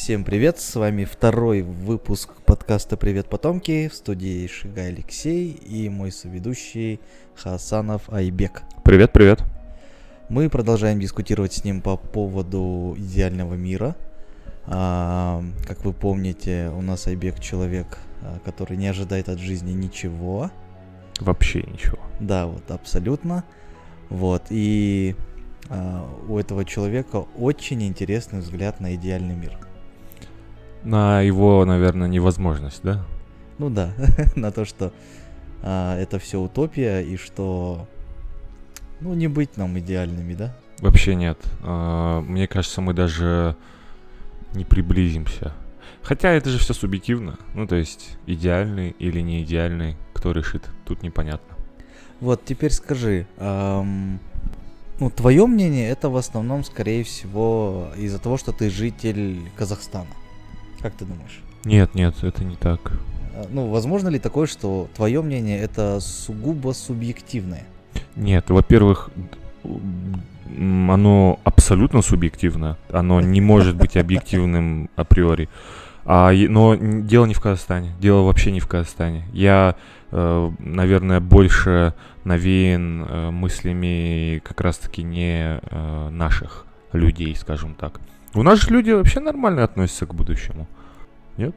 Всем привет, с вами второй выпуск подкаста «Привет, потомки», в студии Шигай Алексей и мой соведущий Хасанов Айбек. Привет, привет. Мы продолжаем дискутировать с ним по поводу идеального мира. Как вы помните, у нас Айбек человек, который не ожидает от жизни ничего. Вообще ничего. Да, вот абсолютно. Вот, и у этого человека очень интересный взгляд на идеальный мир. На его, наверное, невозможность, да? Ну да, на то, что это все утопия и что, не быть нам идеальными, да? Вообще нет. Мне кажется, мы даже не приблизимся. Хотя это же все субъективно. Ну, то есть, идеальный или не идеальный, кто решит, тут непонятно. Вот, теперь скажи, твое мнение, это в основном, скорее всего, из-за того, что ты житель Казахстана. Как ты думаешь? Нет, это не так. Возможно ли такое, что твое мнение это сугубо субъективное? Нет, во-первых, оно абсолютно субъективно. Оно не может быть объективным априори. Но дело не в Казахстане. Дело вообще не в Казахстане. Я, наверное, больше навеян мыслями как раз-таки не наших людей, скажем так. У нас же люди вообще нормально относятся к будущему. Нет?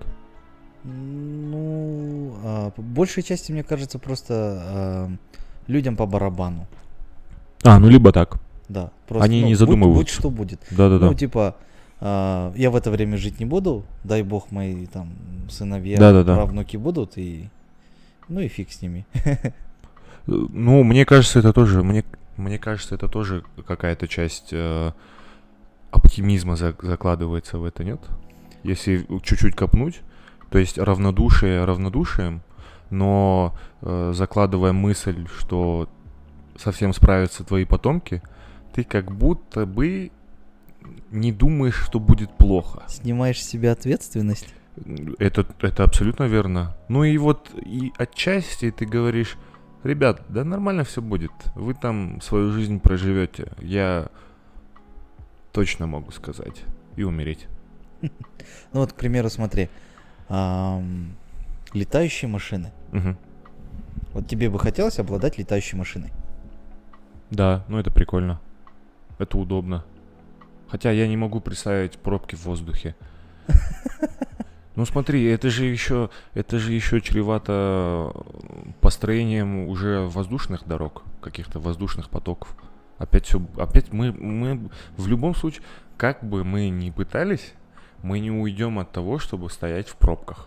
По большей части, мне кажется, просто людям по барабану. Либо так. Да. Просто, они не задумываются. Будь что будет. Да-да-да. Я в это время жить не буду, дай бог мои там сыновья, правнуки будут, и фиг с ними. Мне кажется, это тоже, мне кажется, это тоже какая-то часть оптимизма закладывается в это, нет? Если чуть-чуть копнуть, то есть равнодушие равнодушием, но закладывая мысль, что совсем справятся твои потомки, ты как будто бы не думаешь, что будет плохо. Снимаешь с себя ответственность? Это абсолютно верно. И отчасти ты говоришь: ребят, да нормально все будет, вы там свою жизнь проживете, я точно могу сказать, и умереть. К примеру, смотри, летающие машины. Угу. Вот тебе бы хотелось обладать летающей машиной? Да, это прикольно, это удобно. Хотя я не могу представить пробки в воздухе. Смотри, это же еще чревато построением уже воздушных дорог, каких-то воздушных потоков. Опять мы в любом случае, как бы мы ни пытались, мы не уйдем от того, чтобы стоять в пробках.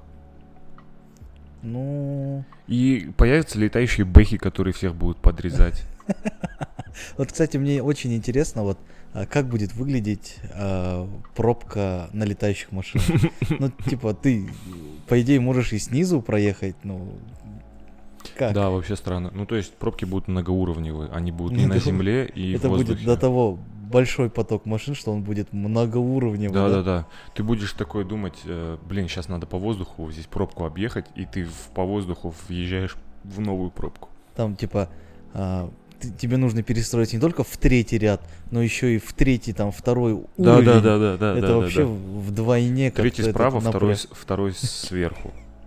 И появятся летающие бэхи, которые всех будут подрезать. Кстати, мне очень интересно, как будет выглядеть пробка на летающих машинах. Ты, по идее, можешь и снизу проехать, как? Да, вообще странно. То есть пробки будут многоуровневые, они будут и на земле, и в воздухе. Это будет до того большой поток машин, что он будет многоуровневый. Да. Ты будешь такой думать: сейчас надо по воздуху здесь пробку объехать, и ты по воздуху въезжаешь в новую пробку. Там тебе нужно перестроить не только в третий ряд, но еще и в третий, второй уровень. Да. Это вообще вдвойне как-то. Третий справа, второй сверху.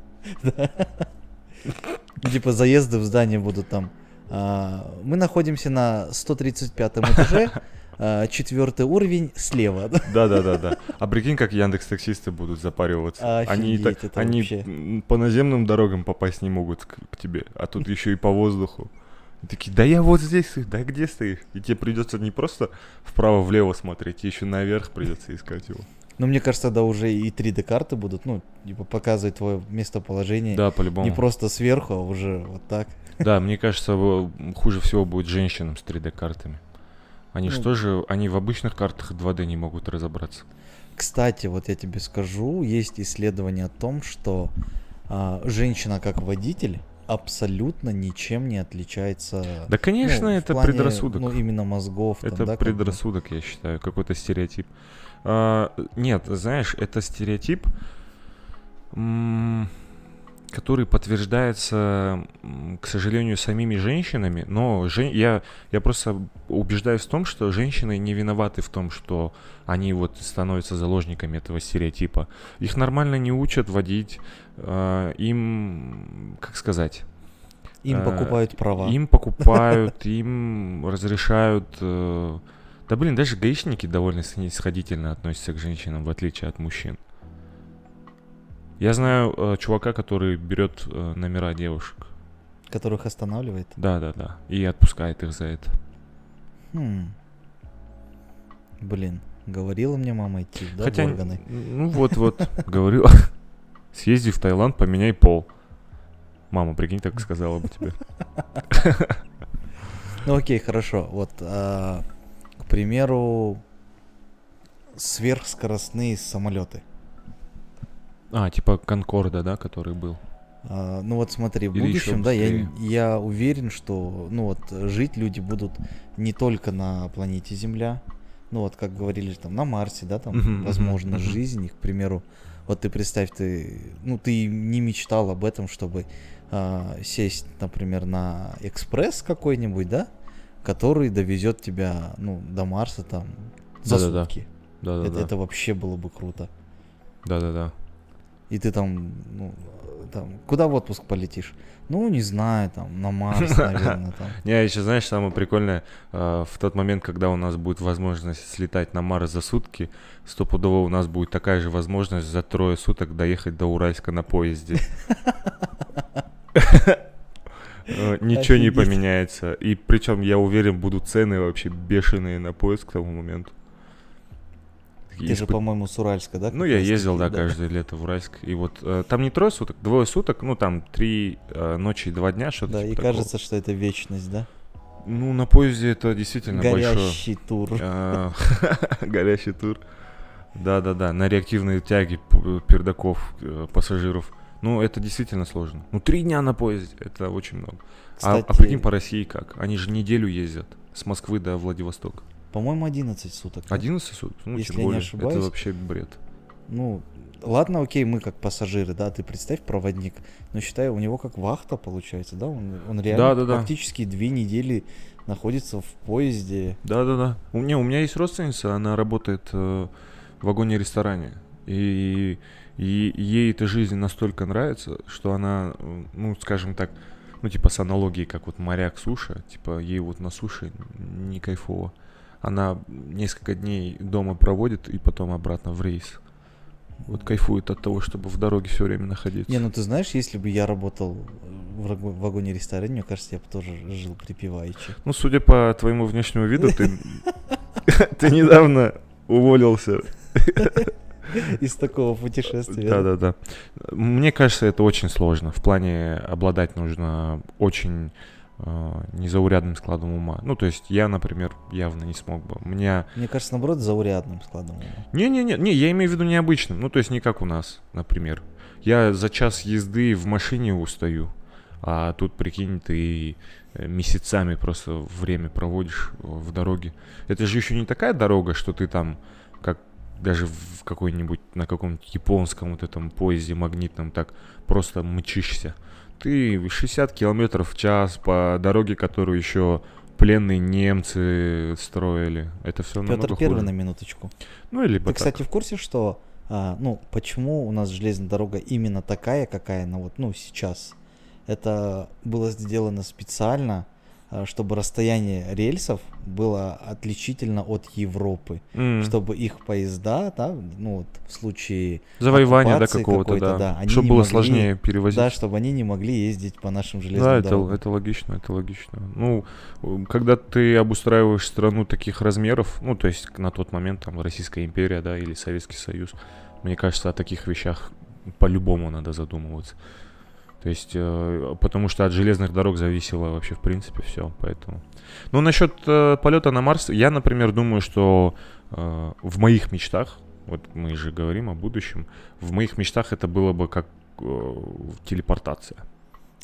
Заезды в здание будут там. Мы находимся на 135 этаже, 4 уровень слева. Да. А прикинь, как Яндекс.Таксисты будут запариваться. Они вообще. по наземным дорогам попасть не могут к тебе, а тут еще и по воздуху. И такие: да я вот здесь стою, да где стоишь? И тебе придется не просто вправо-влево смотреть, тебе еще наверх придется искать его. Мне кажется, да, уже и 3D-карты будут, показывать твое местоположение. Да, по-любому. Не просто сверху, а уже вот так. Да, мне кажется, хуже всего будет женщинам с 3D-картами. Они в обычных картах 2D не могут разобраться. Кстати, я тебе скажу, есть исследование о том, что женщина как водитель абсолютно ничем не отличается. Да, конечно, это плане, предрассудок. Именно мозгов. Это предрассудок, я считаю, какой-то стереотип. Нет, знаешь, это стереотип. который подтверждается, к сожалению, самими женщинами, но я просто убеждаюсь в том, что женщины не виноваты в том, что они вот становятся заложниками этого стереотипа. Их нормально не учат водить, им, как сказать... Им покупают права. Им покупают, им разрешают... Да блин, даже гаишники довольно снисходительно относятся к женщинам, в отличие от мужчин. Я знаю чувака, который берет номера девушек. Которых останавливает? Да. И отпускает их за это. Блин, говорила мне мама идти, да, Хотя, в органы? ну вот, говорила. Съезди в Таиланд, поменяй пол. Мама, прикинь, так сказала бы тебе. Ну окей, хорошо. Вот, к примеру, сверхскоростные самолеты. Типа Конкорда, да, который был. Ну вот смотри, в Или будущем, ещё да, быстрее. я уверен, что, ну вот, жить люди будут не только на планете Земля, ну вот, как говорили там, на Марсе, да, там, возможно, жизнь, и, к примеру, вот ты представь, ты не мечтал об этом, чтобы сесть, например, на экспресс какой-нибудь, да, который довезет тебя, ну, до Марса там за Да-да-да. сутки. Да. Это вообще было бы круто. Да. И ты там, ну, там, куда в отпуск полетишь? Ну, не знаю, там, на Марс, наверное, там. Не, еще знаешь, самое прикольное, в тот момент, когда у нас будет возможность слетать на Марс за сутки, стопудово у нас будет такая же возможность за 3 суток доехать до Уральска на поезде. Ничего не Офигеть. поменяется. И причем, я уверен, будут цены вообще бешеные на поезд к тому моменту. Ты же, по-моему, с Уральска, да? Ну, я ездил, да, каждое лето в Уральск. И вот там не 3 суток, 2 суток, ну, там 3 ночи и 2 дня, что-то Да, типа и такого. кажется, что это вечность, да? Ну, на поезде это действительно Горящий тур. горящий тур. Да. На реактивные тяги пердаков, пассажиров. Ну, это действительно сложно. Ну, 3 дня на поезде, это очень много. А Кстати, прикинь, по России как? Они же неделю ездят с Москвы до Владивостока. по-моему, 11 суток. Да? 11 суток? Ну, Если тем я не более. ошибаюсь. Это вообще бред. Ну, ладно, окей, мы как пассажиры, да, ты представь, проводник, но считай, у него как вахта получается, да, он реально Да. практически 2 недели находится в поезде. Да. У меня есть родственница, она работает в вагоне-ресторане. И ей эта жизнь настолько нравится, что она, ну, скажем так, ну, типа с аналогией, как вот моряк суша, типа ей вот на суше не кайфово. Она несколько дней дома проводит и потом обратно в рейс. Вот кайфует от того, чтобы в дороге все время находиться. Не, ну ты знаешь, если бы я работал в вагоне-ресторане, мне кажется, я бы тоже жил припеваючи. Ну, судя по твоему внешнему виду, ты недавно уволился. Из такого путешествия. Да. Мне кажется, это очень сложно. В плане обладать нужно очень незаурядным складом ума. Ну, то есть я, например, явно не смог бы. Мне кажется, наоборот, заурядным складом ума. Не, я имею в виду необычным. Ну, то есть не как у нас, например. Я за час езды в машине устаю, а тут, прикинь, ты месяцами просто время проводишь в дороге. Это же еще не такая дорога, что ты там, как даже в какой-нибудь, на каком-нибудь японском вот этом поезде магнитном, так просто мчишься. Ты 60 километров в час по дороге, которую еще пленные немцы строили. Это все намного Петр хуже. Первый, на минуточку. Ну, или Ты, кстати, в курсе, что, ну, почему у нас железная дорога именно такая, какая она вот, ну, сейчас? Это было сделано специально, чтобы расстояние рельсов было отличительно от Европы, чтобы их поезда, да, ну вот в случае завоевания, да, оккупации какого-то, какой-то, да, они чтобы не было могли, сложнее перевозить. да, чтобы они не могли ездить по нашим железным Да, дорогам. это логично. Ну, когда ты обустраиваешь страну таких размеров, ну, то есть на тот момент там Российская империя, да, или Советский Союз, мне кажется, о таких вещах по-любому надо задумываться. То есть, потому что от железных дорог зависело вообще в принципе все, поэтому. Ну, насчет полета на Марс, я, например, думаю, что в моих мечтах, вот мы же говорим о будущем, в моих мечтах это было бы как телепортация.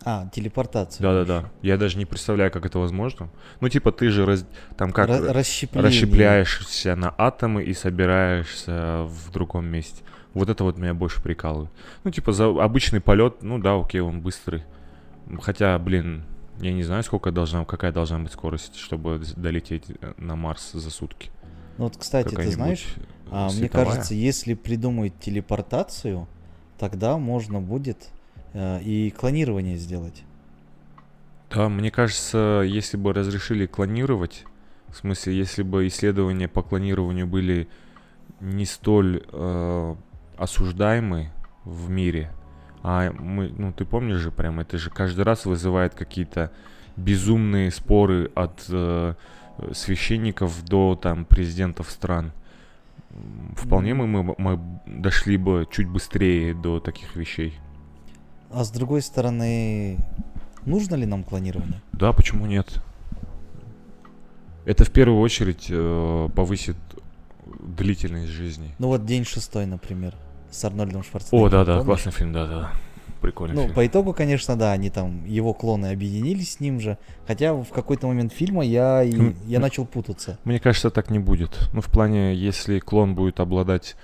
А, телепортацию. Да-да-да. Я даже не представляю, как это возможно. Ну, типа, ты же там как Расщепление. расщепляешься на атомы и собираешься в другом месте. Вот это вот меня больше прикалывает. Ну, типа, за обычный полет, ну да, окей, он быстрый. Хотя, блин, я не знаю, какая должна быть скорость, чтобы долететь на Марс за сутки. Ну вот, кстати, ты Какая-нибудь знаешь, мне световая? кажется, если придумать телепортацию, тогда можно будет и клонирование сделать. Да, мне кажется, если бы разрешили клонировать, в смысле, если бы исследования по клонированию были не столь осуждаемы в мире, ну ты помнишь же прям, это же каждый раз вызывает какие-то безумные споры от священников до там президентов стран. Вполне мы дошли бы чуть быстрее до таких вещей. А с другой стороны, нужно ли нам клонирование? Да, почему нет? Это в первую очередь повысит длительность жизни. Ну вот «День шестой», например, с Арнольдом Шварценеггером. О, да-да, помнишь? классный фильм, да-да. Прикольный Ну, фильм. по итогу, конечно, да, они там, его клоны объединились с ним же. Хотя в какой-то момент фильма я начал путаться. Мне кажется, так не будет. Ну, в плане, если клон будет обладать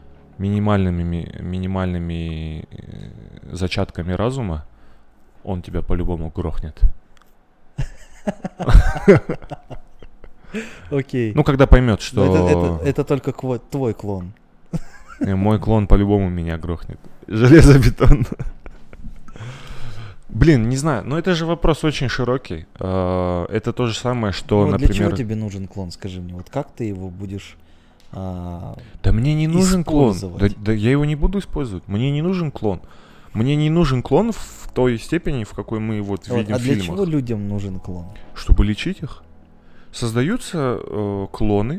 минимальными зачатками разума, он тебя по-любому грохнет. Окей. Ну, когда поймет, что Это только твой клон. мой клон по-любому меня грохнет. Железобетон. Блин, не знаю, но это же вопрос очень широкий. Это то же самое, что, Ну, например... для чего тебе нужен клон, скажи мне? Вот как ты его будешь Да мне не нужен клон. Да я его не буду использовать. Мне не нужен клон. Мне не нужен клон в той степени, в какой мы вот видим в фильмах. А для чего людям нужен клон? Чтобы лечить их. Создаются клоны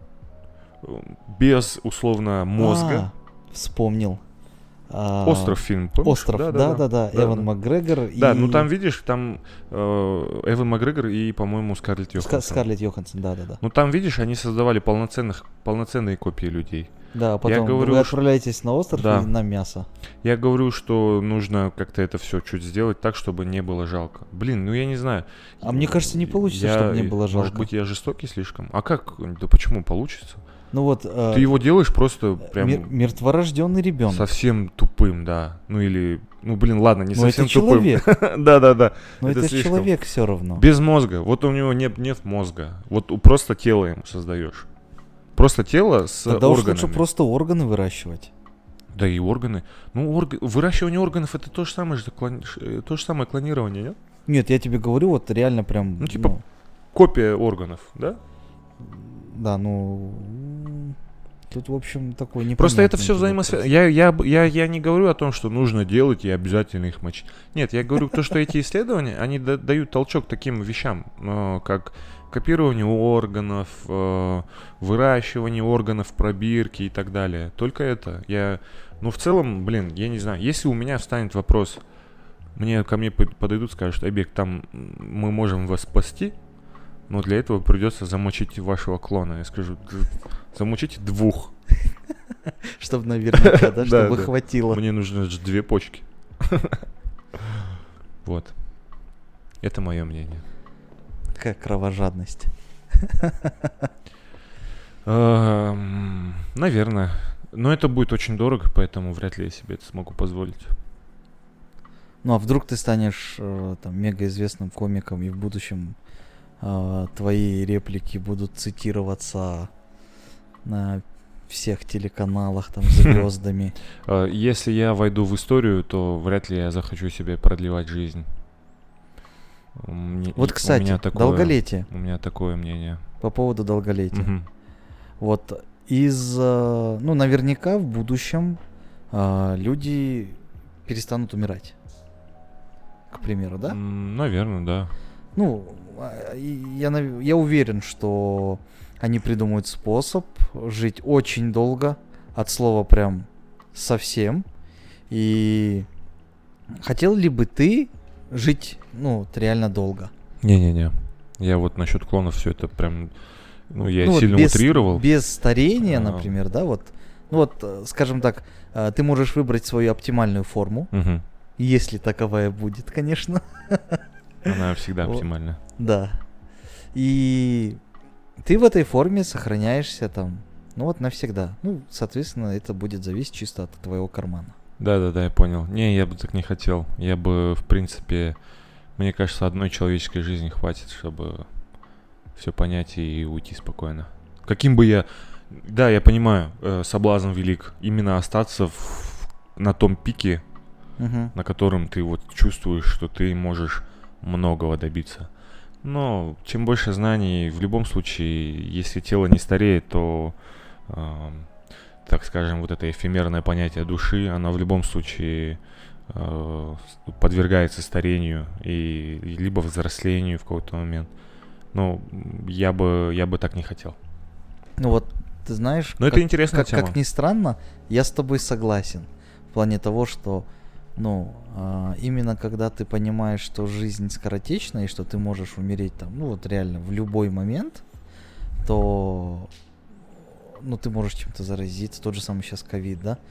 без, условно, мозга. Вспомнил. «Остров» фильм, помнишь? «Остров», да. Эван Макгрегор и... Да, ну там, видишь, там Эван Макгрегор и, по-моему, Скарлетт Йоханссон. Скарлетт Йоханссон, да. Ну там, видишь, они создавали полноценные копии людей. Да, потом вы отправляетесь на остров и на мясо. Я говорю, что нужно как-то это все чуть сделать так, чтобы не было жалко. Блин, ну я не знаю. А мне кажется, не получится, чтобы не было жалко. Может быть, я жестокий слишком? А как? Да почему получится? Ну вот... Ты его делаешь просто прям... Мертворожденный ребенок. Совсем тупым, да. Ну или... Ну блин, ладно, не совсем это тупым. Человек. Да. Но это человек все равно. Без мозга. Вот у него нет мозга. Вот просто тело ему создаешь. Просто тело с Тогда органами. уж лучше просто органы выращивать. Да и органы. Ну, выращивание органов — это то же самое клонирование, нет? Нет, я тебе говорю, вот реально прям... Ну, типа копия органов, да? Да, ну... Тут, в общем, такой непонятный... Просто это все взаимосвязано. Я не говорю о том, что нужно делать и обязательно их мочить. Нет, я говорю то, что эти исследования, они дают толчок таким вещам, как копирование органов, выращивание органов, пробирки и так далее. Только это. Ну, в целом, блин, я не знаю. Если у меня встанет вопрос, ко мне подойдут, скажут: Айбек, там мы можем вас спасти, но для этого придется замочить вашего клона. Я скажу: замучите 2. Чтобы наверняка, да, чтобы хватило. Мне нужно 2 почки. Вот. Это мое мнение. Какая кровожадность. Наверное. Но это будет очень дорого, поэтому вряд ли я себе это смогу позволить. Ну а вдруг ты станешь там мегаизвестным комиком, и в будущем твои реплики будут цитироваться на всех телеканалах, там, звездами. Если я войду в историю, то вряд ли я захочу себе продлевать жизнь. Вот, кстати, долголетие. У меня такое мнение. По поводу долголетия. Угу. Вот ну, наверняка в будущем люди перестанут умирать. К примеру, да? Наверное, да. Ну, я уверен, что они придумают способ жить очень долго, от слова прям совсем. И хотел ли бы ты жить, ну, реально долго? Не-не-не. Я вот насчет клонов все это прям, я сильно утрировал. Без старения, например, да, вот. Ну вот, скажем так, ты можешь выбрать свою оптимальную форму. Угу. Если таковая будет, конечно. Она всегда Вот. оптимальна. Да. И ты в этой форме сохраняешься там, ну вот навсегда. Ну, соответственно, это будет зависеть чисто от твоего кармана. Да-да-да, я понял. Не, я бы так не хотел. Я бы, в принципе, мне кажется, одной человеческой жизни хватит, чтобы все понять и уйти спокойно. Каким бы я... Да, я понимаю, соблазн велик. Именно остаться на том пике, Мгм. на котором ты вот чувствуешь, что ты можешь многого добиться. Но чем больше знаний, в любом случае, если тело не стареет, то, так скажем, вот это эфемерное понятие души, она в любом случае подвергается старению и либо взрослению в какой-то момент. Но я бы так не хотел. Ну вот, ты знаешь, Но это интересная тема. как ни странно, я с тобой согласен. В плане того, что, ну, именно когда ты понимаешь, что жизнь скоротечна и что ты можешь умереть там, ну вот реально в любой момент, то, ну, ты можешь чем-то заразиться, тот же самый сейчас ковид, да,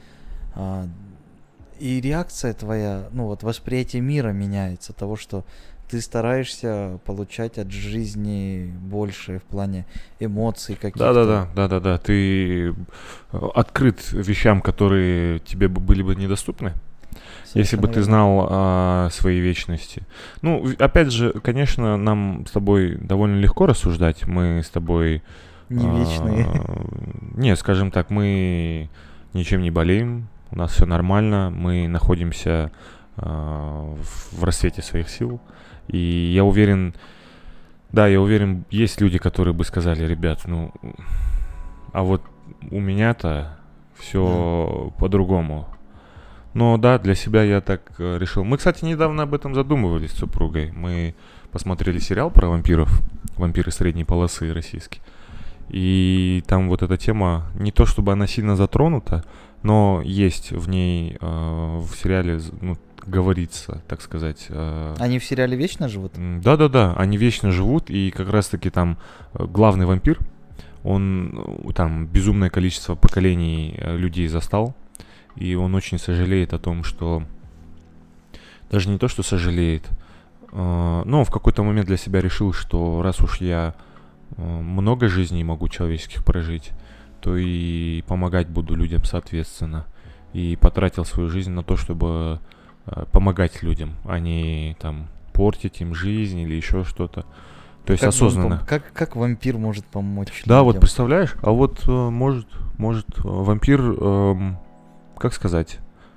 и реакция твоя, ну вот восприятие мира меняется, того, что ты стараешься получать от жизни больше в плане эмоций каких-то. Да. Ты открыт вещам, которые тебе были бы недоступны, если бы ты знал о своей вечности. Ну, опять же, конечно, нам с тобой довольно легко рассуждать. Мы с тобой... Не вечные. Нет, скажем так, мы ничем не болеем, у нас все нормально, мы находимся в расцвете своих сил. И я уверен, есть люди, которые бы сказали: ребят, ну, а вот у меня-то все по-другому. Но да, для себя я так решил. Мы, кстати, недавно об этом задумывались с супругой. Мы посмотрели сериал про вампиров, «Вампиры средней полосы» российский. И там вот эта тема, не то чтобы она сильно затронута, но есть в ней, в сериале, ну, говорится, так сказать. Они в сериале вечно живут? Да, они вечно живут, и как раз-таки там главный вампир, он там безумное количество поколений людей застал, и он очень сожалеет о том, что... Даже не то, что сожалеет, но в какой-то момент для себя решил, что раз уж я много жизней могу человеческих прожить, то и помогать буду людям соответственно. И потратил свою жизнь на то, чтобы помогать людям, а не там портить им жизнь или еще что-то. То есть Как осознанно. Как вампир может помочь Да, людям? вот представляешь, а вот может вампир, как сказать?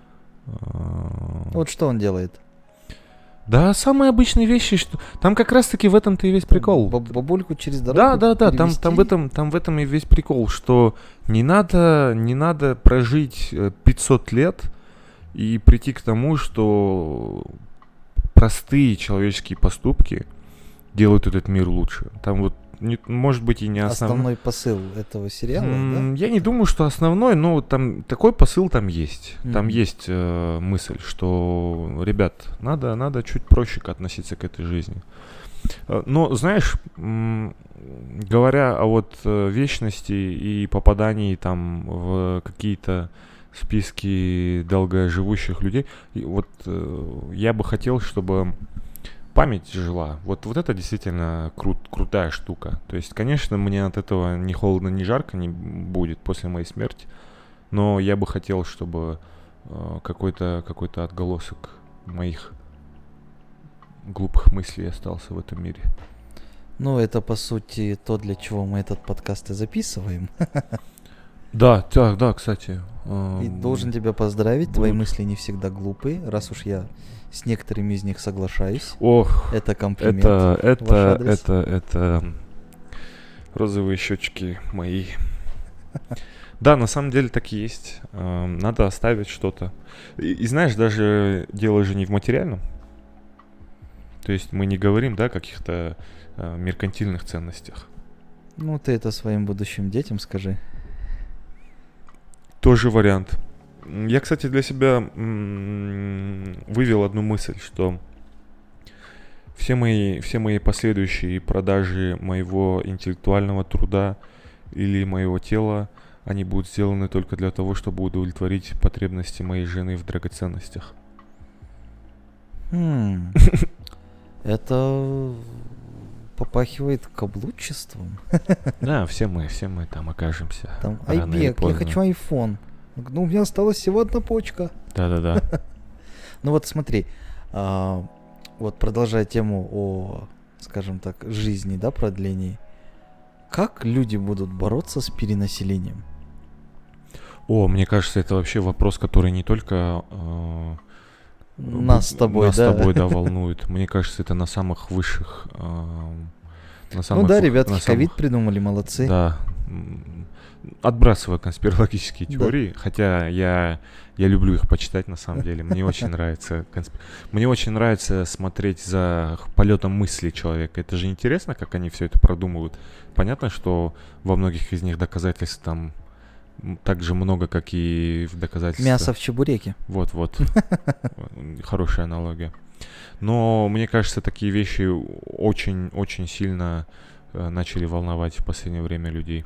Вот что он делает? Да, самые обычные вещи, что... Там как раз-таки в этом-то и весь прикол. Бабульку через дорогу Да, там перевести? в этом и весь прикол, что не надо прожить 500 лет и прийти к тому, что простые человеческие поступки делают этот мир лучше. Там вот, может быть, и не Основной посыл этого сериала, да? Я не думаю, что основной, но там такой посыл там есть. Там Мгм. есть мысль, что, ребят, надо чуть проще относиться к этой жизни. Но, знаешь, говоря о вот вечности и попадании там в какие-то списки долгоживущих людей, и вот я бы хотел, чтобы память жила. Вот это действительно крутая штука. То есть, конечно, мне от этого ни холодно, ни жарко не будет после моей смерти, но я бы хотел, чтобы какой-то отголосок моих глупых мыслей остался в этом мире. Ну, это, по сути, то, для чего мы этот подкаст и записываем. Да, кстати. И должен тебя поздравить, твои будут. мысли не всегда глупые, раз уж я с некоторыми из них соглашаюсь. Ох, Это комплимент. это розовые щечки мои. Да, на самом деле так и есть. Надо оставить что-то. И знаешь, даже дело же не в материальном. То есть мы не говорим, да, о каких-то меркантильных ценностях. Ну, ты это своим будущим детям скажи. Тоже вариант. Я, кстати, для себя вывел одну мысль, что все мои последующие продажи моего интеллектуального труда или моего тела, они будут сделаны только для того, чтобы удовлетворить потребности моей жены в драгоценностях. Это попахивает каблучеством. Да, все мы там окажемся. Там, рано или Айбек, я поздно. хочу iPhone. Ну, у меня осталась всего одна почка. Да-да-да. Ну вот смотри, вот продолжая тему о, скажем так, жизни, да, продлении. Как люди будут бороться с перенаселением? О, мне кажется, это вообще вопрос, который не только Нас с тобой, нас да. с тобой, да, волнует. Мне кажется, это на самых высших... Ну да, ребятки, ковид придумали, молодцы. Да. Отбрасывая конспирологические Да. теории, хотя я люблю их почитать на самом деле. Мне очень нравится мне очень нравится смотреть за полетом мысли человека. Это же интересно, как они все это продумывают. Понятно, что во многих из них доказательств там так же много, как и в доказательствах. Мясо в чебуреке. Вот. Хорошая аналогия. Но мне кажется, такие вещи очень сильно начали волновать в последнее время людей.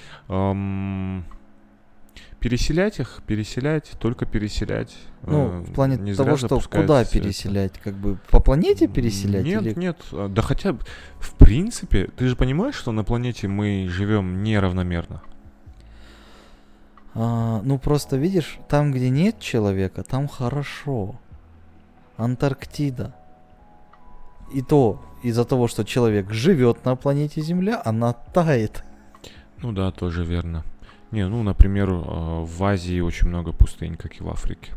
Переселять, только переселять. Ну, в плане Не того, зря что запускается куда всё это. переселять? Как бы по планете переселять? Нет, или... нет. Да хотя бы, в принципе, ты же понимаешь, что на планете мы живем неравномерно. Ну, просто видишь, там, где нет человека, там хорошо. Антарктида. И то из-за того, что человек живет на планете Земля, она тает. Ну да, тоже верно. Не, ну, например, в Азии очень много пустынь, как и в Африке.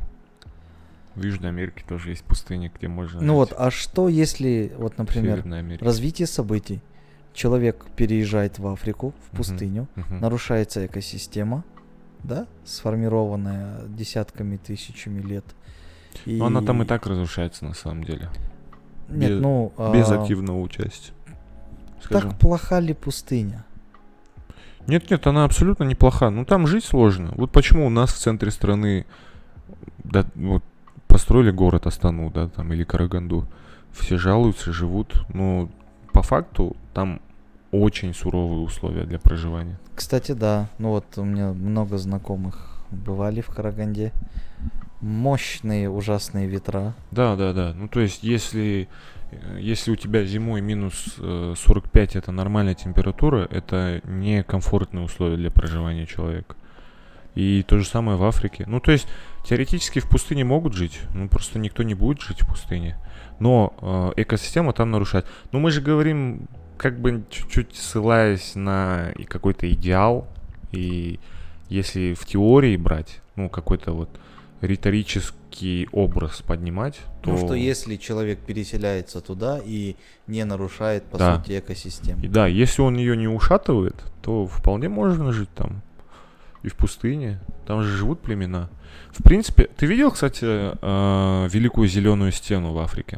В Южной Америке тоже есть пустыни, где можно Ну жить. вот, а что если, вот, В например, Северной Америке. развитие событий? Человек переезжает в Африку, в Мгм. пустыню, Мгм. нарушается экосистема, да, сформированная десятками, тысячами лет. Но она там и так разрушается на самом деле. Нет, без- ну... Без активного участия. Скажем. Так плоха ли пустыня? Нет, она абсолютно неплоха. Ну там жить сложно. Вот почему у нас в центре страны да, вот, построили город Астану, да, там, или Караганду. Все жалуются, живут. Но по факту там очень суровые условия для проживания. Кстати, да. Ну вот у меня много знакомых бывали в Караганде. Мощные, ужасные ветра. Да. Ну то есть, если у тебя зимой минус 45 это нормальная температура, это некомфортные условия для проживания человека. И то же самое в Африке. Ну, то есть, теоретически в пустыне могут жить, ну, просто никто не будет жить в пустыне. Но экосистема там нарушает. Но мы же говорим, как бы чуть-чуть ссылаясь на какой-то идеал. И если в теории брать, ну, какой-то вот риторический образ поднимать, то... Ну что если человек переселяется туда и не нарушает, по Да. сути, экосистему? И да, если он ее не ушатывает, то вполне можно жить там. И в пустыне. Там же живут племена. В принципе, ты видел, кстати, Великую Зеленую Стену в Африке?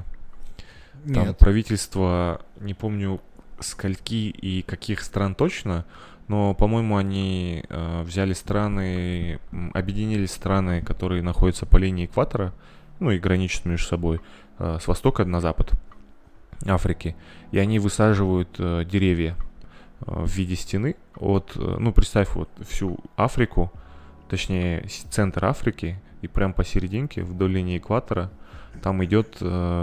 Там Нет. правительство, не помню скольки и каких стран точно, но, по-моему, они взяли страны, объединили страны, которые находятся по линии экватора, ну и граничат между собой, с востока на запад Африки. И они высаживают деревья в виде стены ну, представь вот всю Африку, точнее, центр Африки, и прям посерединке, вдоль линии экватора, там идет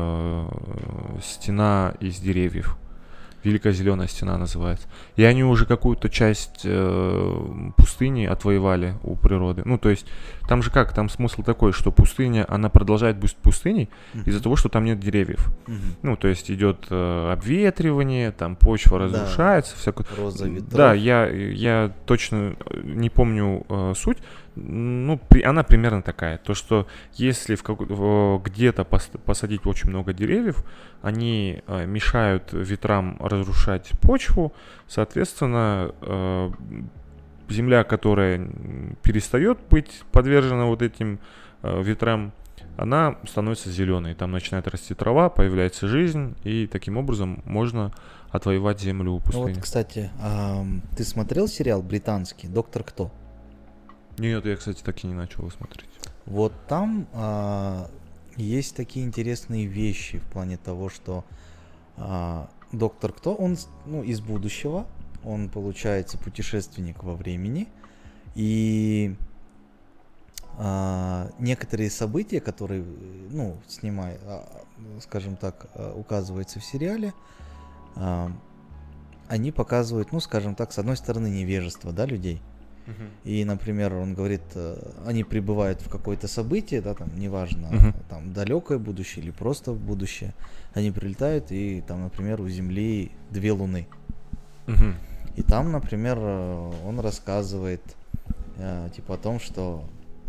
стена из деревьев. Великая Зеленая Стена называется. И они уже какую-то часть пустыни отвоевали у природы. Ну, то есть, там же как, там смысл такой, что пустыня, она продолжает быть пустыней из-за того, что там нет деревьев. Ну, то есть, идет обветривание, там почва разрушается, всякое. Роза ветров. Да, я точно не помню суть. Ну, она примерно такая. То, что если где-то посадить очень много деревьев, они мешают ветрам разрушать почву. Соответственно, земля, которая перестает быть подвержена вот этим ветрам, она становится зеленой. Там начинает расти трава, появляется жизнь, и таким образом можно отвоевать землю у Ну пустыни. вот, кстати, ты смотрел сериал британский «Доктор Кто»? Нет, я, кстати, так и не начал его смотреть. Вот там есть такие интересные вещи в плане того, что Доктор Кто, он из будущего, он, получается, путешественник во времени, и некоторые события, которые, скажем так, указывается в сериале, а, они показывают, ну, скажем так, с одной стороны, невежество, да, людей. И, например, он говорит, они прибывают в какое-то событие, да, там, неважно, там, далекое будущее или просто в будущее, они прилетают, и там, например, у Земли 2 луны. И там, например, он рассказывает, типа, о том, что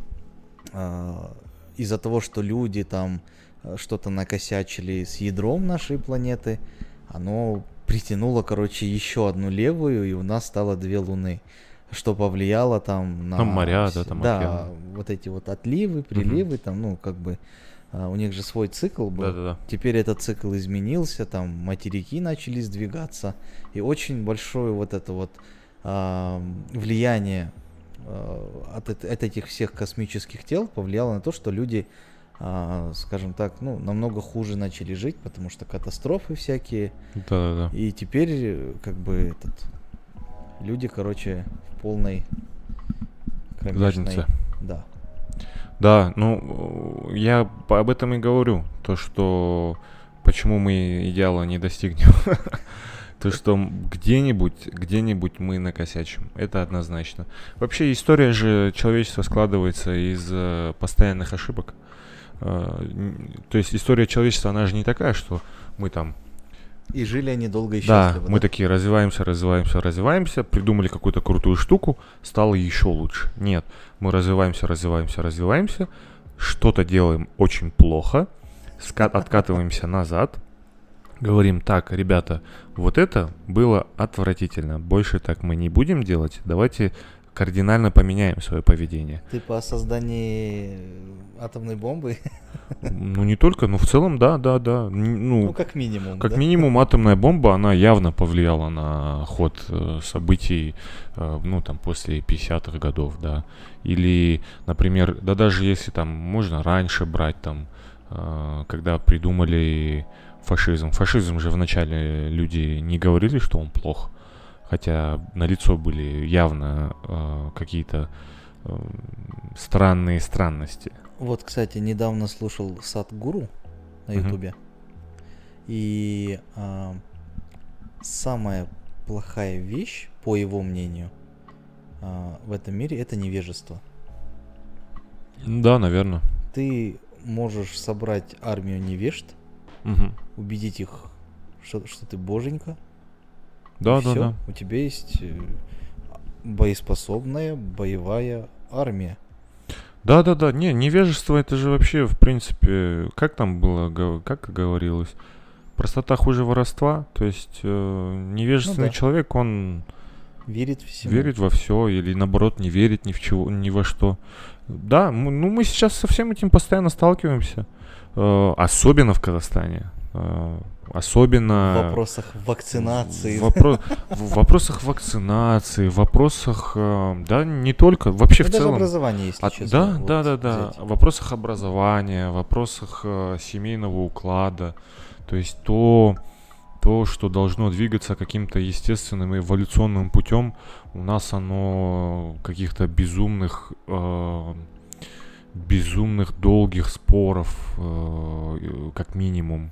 из-за того, что люди там что-то накосячили с ядром нашей планеты, оно притянуло, короче, еще одну левую, и у нас стало 2 луны. Что повлияло там на... Там моря, да, там да, океаны. вот эти вот отливы, приливы, там, ну, как бы, у них же свой цикл был. Да-да-да. Теперь этот цикл изменился, там материки начали сдвигаться, и очень большое вот это вот влияние от этих всех космических тел повлияло на то, что люди, скажем так, ну, намного хуже начали жить, потому что катастрофы всякие. Да-да-да. И теперь, как бы, люди, короче, в полной кромешной... Заднице. Да. Да, ну, я об этом и говорю. То, что почему мы идеала не достигнем. То, что где-нибудь мы накосячим. Это однозначно. Вообще, история же человечества складывается из постоянных ошибок. То есть история человечества, она же не такая, что мы там... И жили они долго и Да, счастливо. мы такие развиваемся, придумали какую-то крутую штуку, стало еще лучше. Нет, мы развиваемся, что-то делаем очень плохо, откатываемся назад, говорим: так, ребята, вот это было отвратительно, больше так мы не будем делать, давайте кардинально поменяем свое поведение. Ты по созданию атомной бомбы? Ну, не только, но в целом, да. Ну, как минимум. Как да? минимум, атомная бомба, она явно повлияла на ход событий, ну, там, после 50-х годов, да. Или, например, да даже если там можно раньше брать, там, когда придумали фашизм. Фашизм же вначале люди не говорили, что он плох, хотя налицо были явно какие-то странные странности. Вот, кстати, недавно слушал Садхгуру на Ютубе. И самая плохая вещь, по его мнению, в этом мире — это невежество. Да, наверное. Ты можешь собрать армию невежд, убедить их, что ты боженька. Да. У тебя есть боеспособная боевая армия. Да. Не, невежество — это же вообще, в принципе, как там было, как говорилось, простота хуже воровства. То есть невежественный человек, он верит всему. Верит во все, или наоборот не верит ни во что. Да, мы сейчас со всем этим постоянно сталкиваемся. Особенно в Казахстане. Особенно... В вопросах вакцинации. В вопросах вакцинации, в вопросах... Да, не только, вообще в даже целом. образования, если честно. Да. В вопросах образования, в вопросах семейного уклада. То есть то, что должно двигаться каким-то естественным эволюционным путем, у нас оно каких-то безумных долгих споров, как минимум.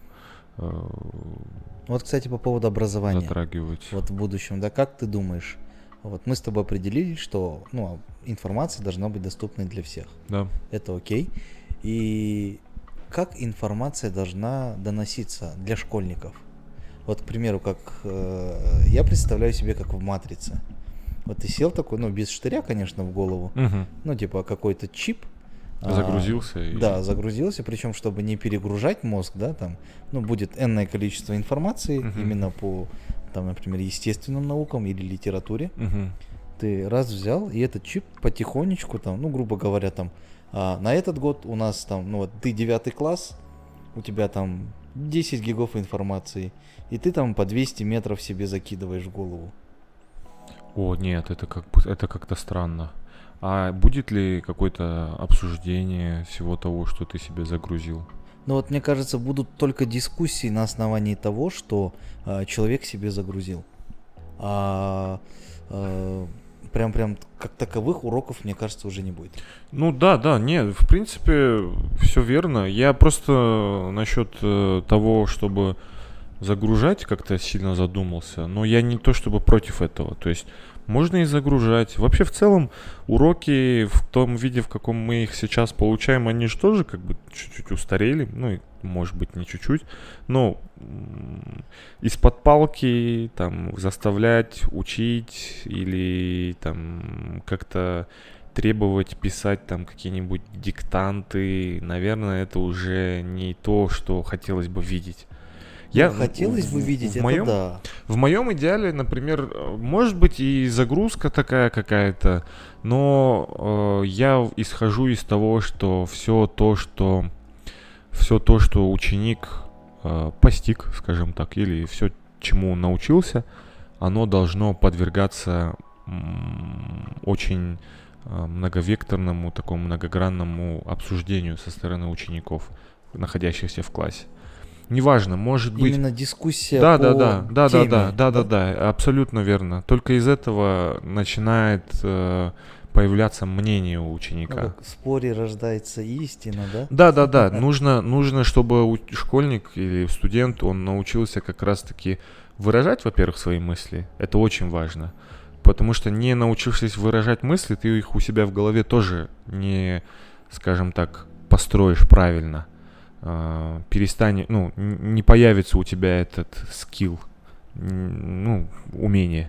Вот, кстати, по поводу образования. Затрагивать. Вот в будущем, да, как ты думаешь? Вот мы с тобой определили, что, информация должна быть доступной для всех. Да. Это окей. И как информация должна доноситься для школьников? Вот, к примеру, как я представляю себе, как в «Матрице». Вот ты сел такой, без штыря, конечно, в голову, типа какой-то чип. Загрузился. Да, загрузился, причем, чтобы не перегружать мозг, да, там, будет энное количество информации именно по, там, например, естественным наукам или литературе. Ты раз взял, и этот чип потихонечку, там, грубо говоря, там, на этот год у нас там, ты 9 класс, у тебя там 10 гигов информации, и ты там по 200 метров себе закидываешь в голову. О, нет, это как-то странно. А будет ли какое-то обсуждение всего того, что ты себе загрузил? Мне кажется, будут только дискуссии на основании того, что человек себе загрузил. прям как таковых уроков, мне кажется, уже не будет. Ну да, нет, в принципе, все верно. Я просто насчет того, чтобы загружать, как-то сильно задумался, но я не то чтобы против этого. То есть можно и загружать. Вообще, в целом, уроки в том виде, в каком мы их сейчас получаем, они же тоже как бы чуть-чуть устарели. Ну, и, может быть, не чуть-чуть, но из-под палки там заставлять учить или там как-то требовать писать там какие-нибудь диктанты, наверное, это уже не то, что хотелось бы видеть. Хотелось бы видеть, это да. В моем идеале, например, может быть и загрузка такая какая-то, но я исхожу из того, что все то, что ученик постиг, скажем так, или все, чему он научился, оно должно подвергаться очень многовекторному, такому многогранному обсуждению со стороны учеников, находящихся в классе. Неважно, может быть... Именно дискуссия по теме. Да, абсолютно верно. Только из этого начинает появляться мнение у ученика. В споре рождается истина, да? Да. Нужно, чтобы школьник или студент, он научился как раз-таки выражать, во-первых, свои мысли. Это очень важно. Потому что не научившись выражать мысли, ты их у себя в голове тоже не, скажем так, построишь правильно. Не появится у тебя этот скилл, умение.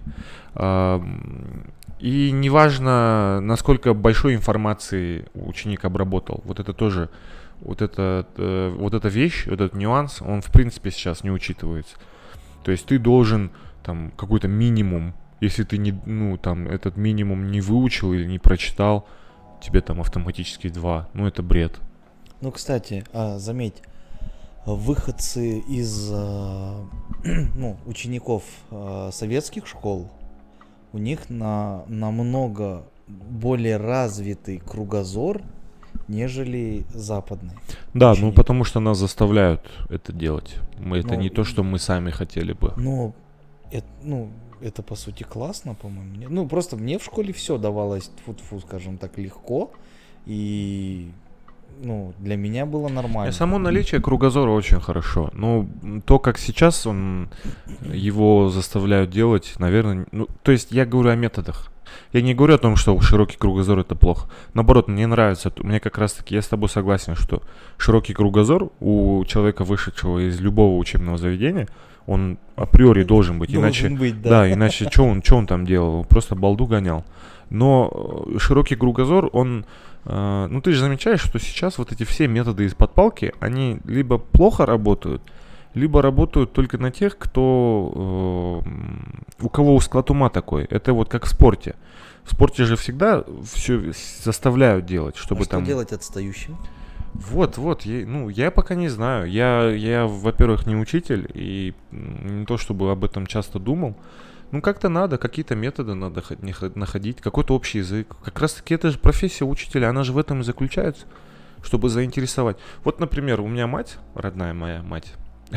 И неважно, насколько большой информации ученик обработал. Вот это тоже, вот эта вещь, вот этот нюанс, он в принципе сейчас не учитывается. То есть ты должен там какой-то минимум, если ты этот минимум не выучил или не прочитал, тебе там автоматически 2. Это бред. Ну, кстати, заметь, выходцы из учеников советских школ, у них намного более развитый кругозор, нежели западный. Да, ученики. Потому что нас заставляют это делать. Это не то, что мы сами хотели бы. Это по сути классно, по-моему. Просто мне в школе все давалось, тьфу-тьфу, скажем так, легко. И для меня было нормально. И само наличие кругозора очень хорошо. Но то, как сейчас его заставляют делать, наверное... то есть я говорю о методах. Я не говорю о том, что широкий кругозор это плохо. Наоборот, мне нравится. Мне как раз-таки, я с тобой согласен, что широкий кругозор у человека, вышедшего из любого учебного заведения, он априори должен быть. Иначе что он там делал? Он просто балду гонял. Но широкий кругозор, он... ты же замечаешь, что сейчас вот эти все методы из-под палки, они либо плохо работают, либо работают только на тех, у кого склад ума такой. Это вот как в спорте. В спорте же всегда все заставляют делать, чтобы что делать отстающим? Я пока не знаю. Я, во-первых, не учитель, и не то чтобы об этом часто думал. Как-то надо, какие-то методы надо находить, какой-то общий язык. Как раз-таки это же профессия учителя, она же в этом и заключается, чтобы заинтересовать. Вот, например, у меня мать, родная моя мать,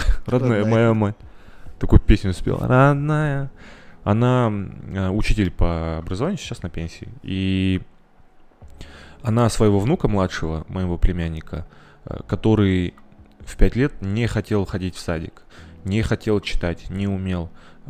такую песню спела, родная. Она учитель по образованию, сейчас на пенсии. И она своего внука младшего, моего племянника, который в 5 лет не хотел ходить в садик, не хотел читать, не умел.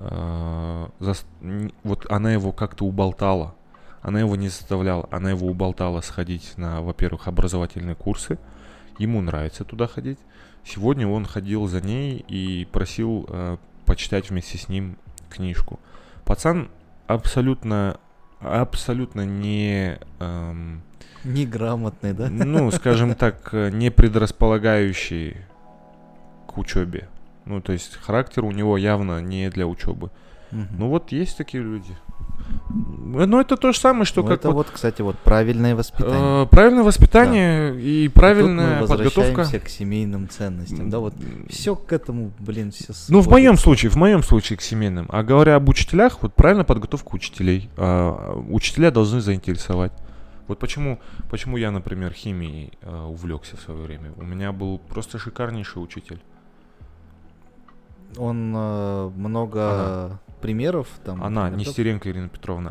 Вот она его как-то уболтала. Она его не заставляла, она его уболтала сходить на, во-первых, образовательные курсы. Ему нравится туда ходить. Сегодня он ходил за ней и просил почитать вместе с ним книжку. Пацан абсолютно не... неграмотный, да? Скажем так, не предрасполагающий к учебе. То есть характер у него явно не для учебы. Вот есть такие люди. Это то же самое, что как... Это кстати, правильное воспитание. Правильное воспитание и правильная подготовка. Мы возвращаемся к семейным ценностям. Да, все к этому, все в моем случае к семейным. А говоря об учителях, правильная подготовка учителей. Учителя должны заинтересовать. Почему я, например, химией увлекся в свое время. У меня был просто шикарнейший учитель. Он много примеров. Там, Она, например, Нестеренко Ирина Петровна,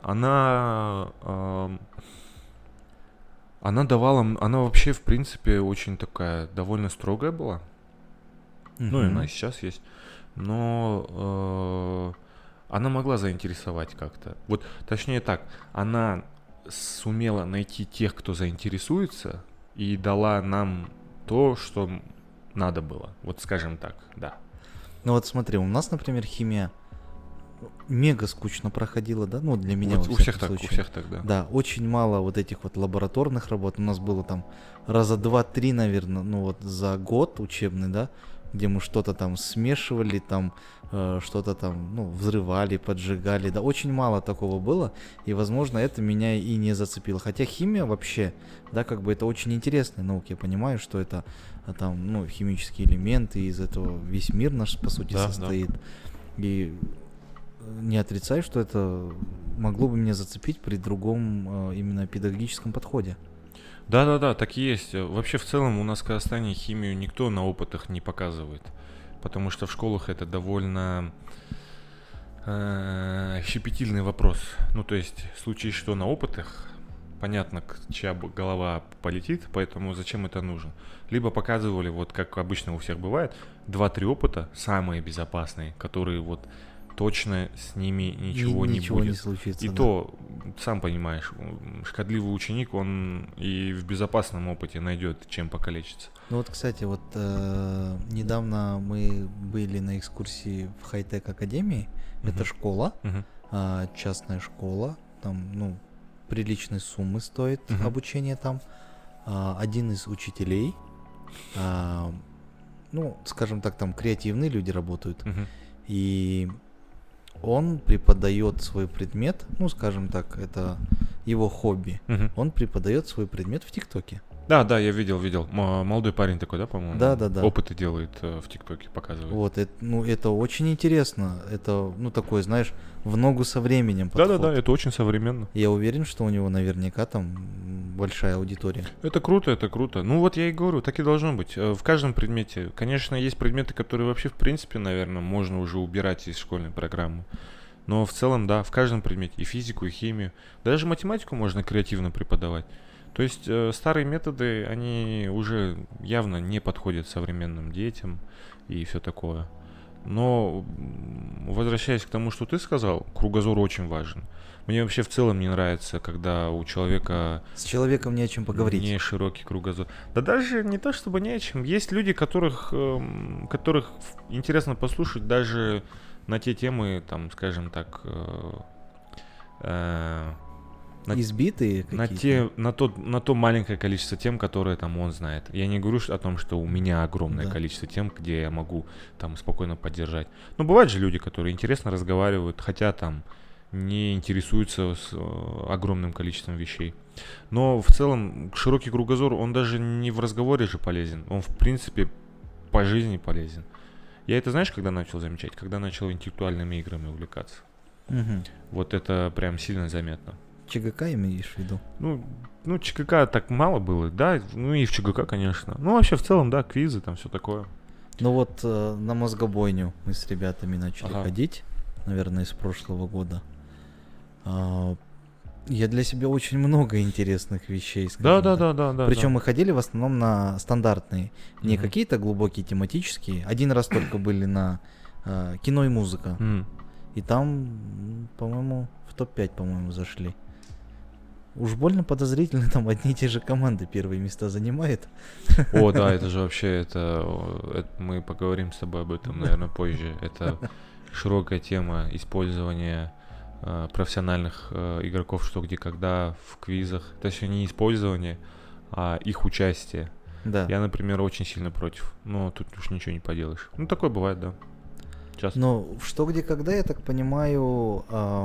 она давала, она вообще, в принципе, очень такая довольно строгая была. Ну, и она и сейчас есть. Но она могла заинтересовать как-то. Вот, точнее так, она сумела найти тех, кто заинтересуется, и дала нам то, что надо было. Вот скажем так, да. Ну вот смотри, у нас, например, химия мега скучно проходила, да, ну для меня Вот во у всех всяком так, случае. у всех так, да. Да, очень мало вот этих вот лабораторных работ. У нас было там раза 2-3, наверное, ну вот за год учебный, да, где мы что-то там смешивали, там что-то там, ну, взрывали, поджигали, да, очень мало такого было, и, возможно, это меня и не зацепило. Хотя химия вообще, да, как бы это очень интересная наука, я понимаю, что это там, ну, химические элементы, из этого весь мир наш, по сути, Да, состоит. И не отрицаю, что это могло бы меня зацепить при другом именно педагогическом подходе. Да, так и есть. Вообще, в целом, у нас в Казахстане химию никто на опытах не показывает. Потому что в школах это довольно щепетильный вопрос. Ну, то есть, в случае, что на опытах, понятно, чья голова полетит, поэтому зачем это нужно. Либо показывали, вот как обычно у всех бывает, 2-3 опыта, самые безопасные, которые вот точно с ними ничего не будет. Не случится, И да. то, сам понимаешь, шкодливый ученик, он и в безопасном опыте найдет, чем покалечиться. Ну вот, кстати, вот недавно мы были на экскурсии в Хай-Тек Академии. Это школа, частная школа. Там, ну, приличной суммы стоит обучение там. Один из учителей, ну, скажем так, там креативные люди работают. И он преподает свой предмет, ну, скажем так, это его хобби. Он преподает свой предмет в ТикТоке. Да, я видел. Молодой парень такой, да, по-моему? Да. Опыты делает в ТикТоке, показывает. Вот, это очень интересно. Это, ну, такой, знаешь, в ногу со временем подход. Да, это очень современно. Я уверен, что у него наверняка там большая аудитория. Это круто. Ну вот я и говорю, так и должно быть. В каждом предмете, конечно, есть предметы, которые вообще, в принципе, наверное, можно уже убирать из школьной программы. Но в целом, да, в каждом предмете, и физику, и химию, даже математику можно креативно преподавать. То есть старые методы, они уже явно не подходят современным детям и все такое. Но, возвращаясь к тому, что ты сказал, кругозор очень важен. Мне вообще в целом не нравится, когда у человека... С человеком не о чем поговорить. Не широкий кругозор. Да даже не то, чтобы не о чем. Есть люди, которых интересно послушать даже на те темы, там, скажем так... избитые какие-то? На то маленькое количество тем, которые там он знает. Я не говорю о том, что у меня огромное количество тем, где я могу там спокойно поддержать. Но бывают же люди, которые интересно разговаривают, хотя там не интересуются огромным количеством вещей. Но в целом широкий кругозор, он даже не в разговоре же полезен. Он в принципе по жизни полезен. Я это, знаешь, когда начал замечать? Когда начал интеллектуальными играми увлекаться. Вот это прям сильно заметно. ЧГК имеешь в виду? Ну, ЧГК так мало было, да, ну и в ЧГК, конечно. Ну, вообще, в целом, да, квизы, там все такое. Ну вот на мозгобойню мы с ребятами начали ходить, наверное, с прошлого года. Я для себя очень много интересных вещей сказал. Да. Причем мы ходили в основном на стандартные, не какие-то глубокие тематические. Один раз только были на кино и музыка. И там, по-моему, в топ-5, по-моему, зашли. Уж больно подозрительно, там одни и те же команды первые места занимают. О, да, это же вообще, это мы поговорим с тобой об этом, наверное, позже. Это широкая тема использования профессиональных игроков что где когда в квизах. Точнее, не использование, а их участие. Да. Я, например, очень сильно против. Но тут уж ничего не поделаешь. Ну, такое бывает, да. Часто. Но в что где когда, я так понимаю,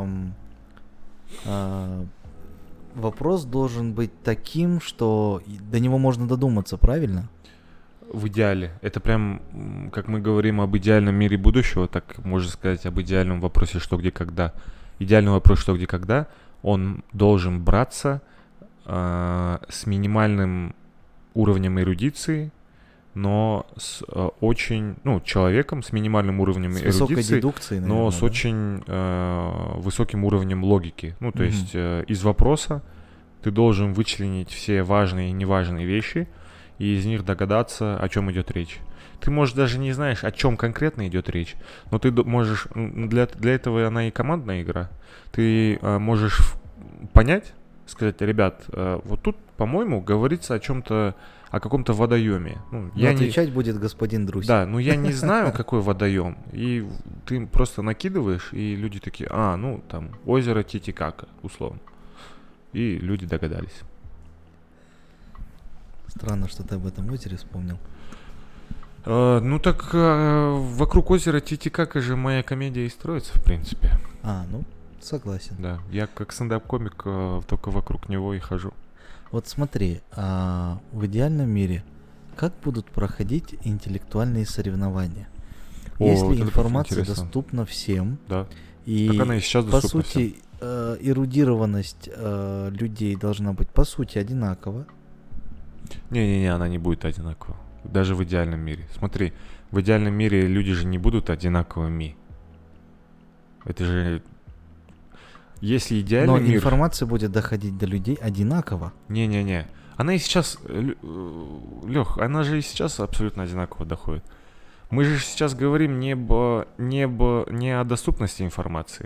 вопрос должен быть таким, что до него можно додуматься, правильно? В идеале. Это прям, как мы говорим об идеальном мире будущего, так можно сказать об идеальном вопросе «что, где, когда». Идеальный вопрос «что, где, когда», он должен браться с минимальным уровнем эрудиции, но с очень, ну, человеком с минимальным уровнем С высокой эрудиции, дедукцией, наверное, но с да? очень высоким уровнем логики. Ну, то Мгм. есть из вопроса ты должен вычленить все важные и неважные вещи и из них догадаться, о чем идет речь. Ты, может, даже не знаешь, о чем конкретно идет речь, но ты можешь... Для этого она и командная игра. Ты можешь понять, сказать: ребят, вот тут, по-моему, говорится о чем-то, о каком-то водоеме. Ну, Но я не... отвечать будет господин Друсик. Да, но я не знаю, какой водоем. И ты просто накидываешь, и люди такие: ну, там, озеро Титикака, условно. И люди догадались. Странно, что ты об этом озере вспомнил. Ну так вокруг озера Титикака же моя комедия и строится, в принципе. Ну, согласен. Да, я как стендап-комик только вокруг него и хожу. Вот смотри, в идеальном мире как будут проходить интеллектуальные соревнования? Если вот это информация интересно. доступна всем, Да. и Как она и сейчас по доступна всем. сути эрудированность людей должна быть по сути одинакова. Не-не-не, она не будет одинакова. Даже в идеальном мире. Смотри, в идеальном мире люди же не будут одинаковыми. Это же... Если идеальный Но мир... информация будет доходить до людей одинаково. Не-не-не. Она и сейчас... Лёх, она же и сейчас абсолютно одинаково доходит. Мы же сейчас говорим не о доступности информации,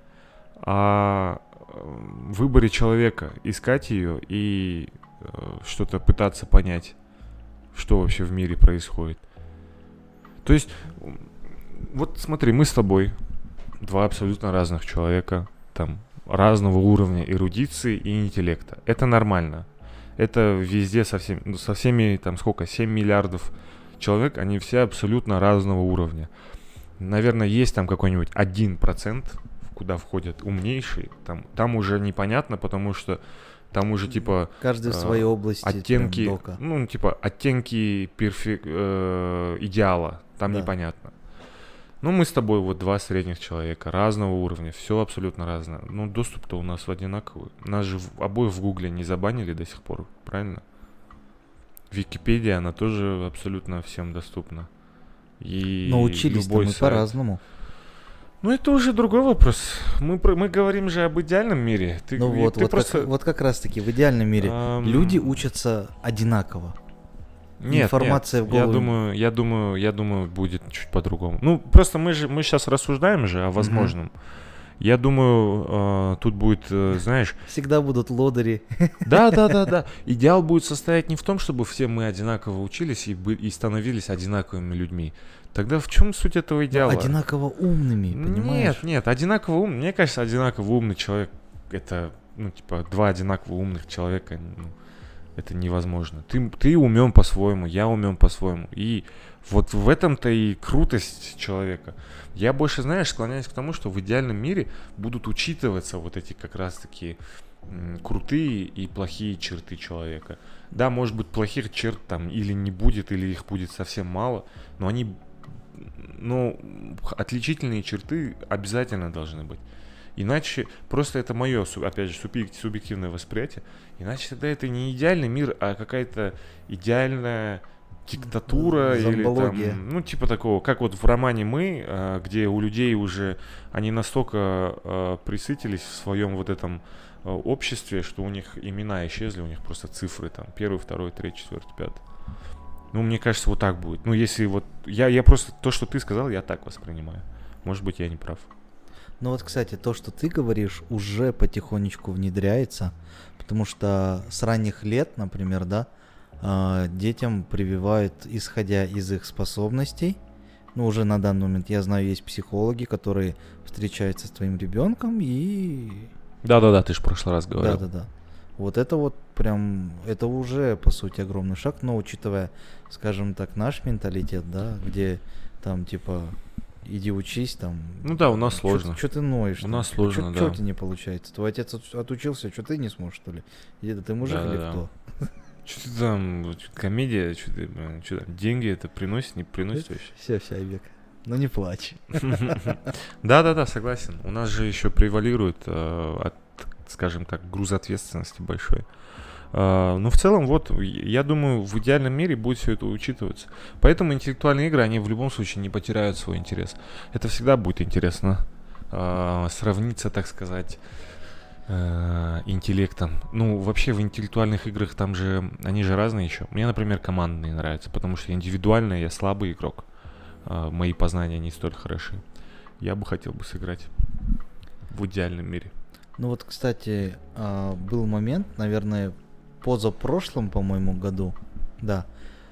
а о выборе человека. Искать ее и что-то пытаться понять, что вообще в мире происходит. То есть, вот смотри, мы с тобой два абсолютно разных человека, там, разного уровня эрудиции и интеллекта. Это нормально. Это везде со всеми, там, сколько, 7 миллиардов человек, они все абсолютно разного уровня. Наверное, есть там какой-нибудь 1%, куда входят умнейшие. Там уже непонятно, потому что там уже типа Каждый в своей области оттенки, прям дока. ну типа оттенки идеала. Там Да. непонятно. Ну мы с тобой вот два средних человека разного уровня, все абсолютно разное. Ну доступ-то у нас одинаковый. Нас же обоих в Гугле не забанили до сих пор, правильно? Википедия, она тоже абсолютно всем доступна. И Но учились-то любой мы сайт. по-разному. Ну это уже другой вопрос. Мы говорим же об идеальном мире. Ты, Ну и вот, ты вот, просто... вот как раз таки в идеальном мире люди учатся одинаково. Нет, информация нет, в голову. я думаю, будет чуть по-другому. Ну, просто мы сейчас рассуждаем же о возможном. Я думаю, тут будет, знаешь... Всегда будут лодыри. Да. Идеал будет состоять не в том, чтобы все мы одинаково учились и становились одинаковыми людьми. Тогда в чем суть этого идеала? Одинаково умными, понимаешь? Нет, одинаково умный. Мне кажется, одинаково умный человек — это, ну, типа, два одинаково умных человека, ну, это невозможно. Ты умен по-своему, я умен по-своему. И вот в этом-то и крутость человека. Я больше, знаешь, склоняюсь к тому, что в идеальном мире будут учитываться вот эти как раз-таки крутые и плохие черты человека. Да, может быть, плохих черт там или не будет, или их будет совсем мало, но отличительные черты обязательно должны быть. Иначе, просто это мое, опять же, субъективное восприятие, иначе тогда это не идеальный мир, а какая-то идеальная диктатура или там, ну, типа такого, как вот в романе «Мы», где у людей уже, они настолько присытились в своем вот этом обществе, что у них имена исчезли, у них просто цифры там, 1, 2, 3, 4, 5. Ну, мне кажется, вот так будет. Ну, если вот, я просто, то, что ты сказал, я так воспринимаю. Может быть, я не прав. Ну вот, кстати, то, что ты говоришь, уже потихонечку внедряется, потому что с ранних лет, например, да, детям прививают, исходя из их способностей. Ну, уже на данный момент, я знаю, есть психологи, которые встречаются с твоим ребенком и... Да, ты же в прошлый раз говорил. Да. Вот это вот прям, это уже, по сути, огромный шаг, но учитывая, скажем так, наш менталитет, да, где там, типа... Иди учись там. Ну да, у нас сложно. Что ты ноешь? У нас сложно, да. Что у тебя не получается? Твой отец отучился, что ты не сможешь, что ли? Иди, ты мужик или кто? Что ты там, комедия, что там, деньги это приносит, не приносит вообще? Все, Айбек. Ну не плачь. Да, согласен. У нас же еще превалирует, скажем так, груз ответственности большой. Но в целом, вот, я думаю, в идеальном мире будет все это учитываться. Поэтому интеллектуальные игры, они в любом случае не потеряют свой интерес. Это всегда будет интересно сравниться, так сказать, интеллектом. Ну, вообще в интеллектуальных играх там же, они же разные еще. Мне, например, командные нравятся, потому что индивидуально я слабый игрок. Мои познания не столь хороши. Я бы хотел бы сыграть в идеальном мире. Ну вот, кстати, был момент, наверное, позапрошлом, по-моему, году, да,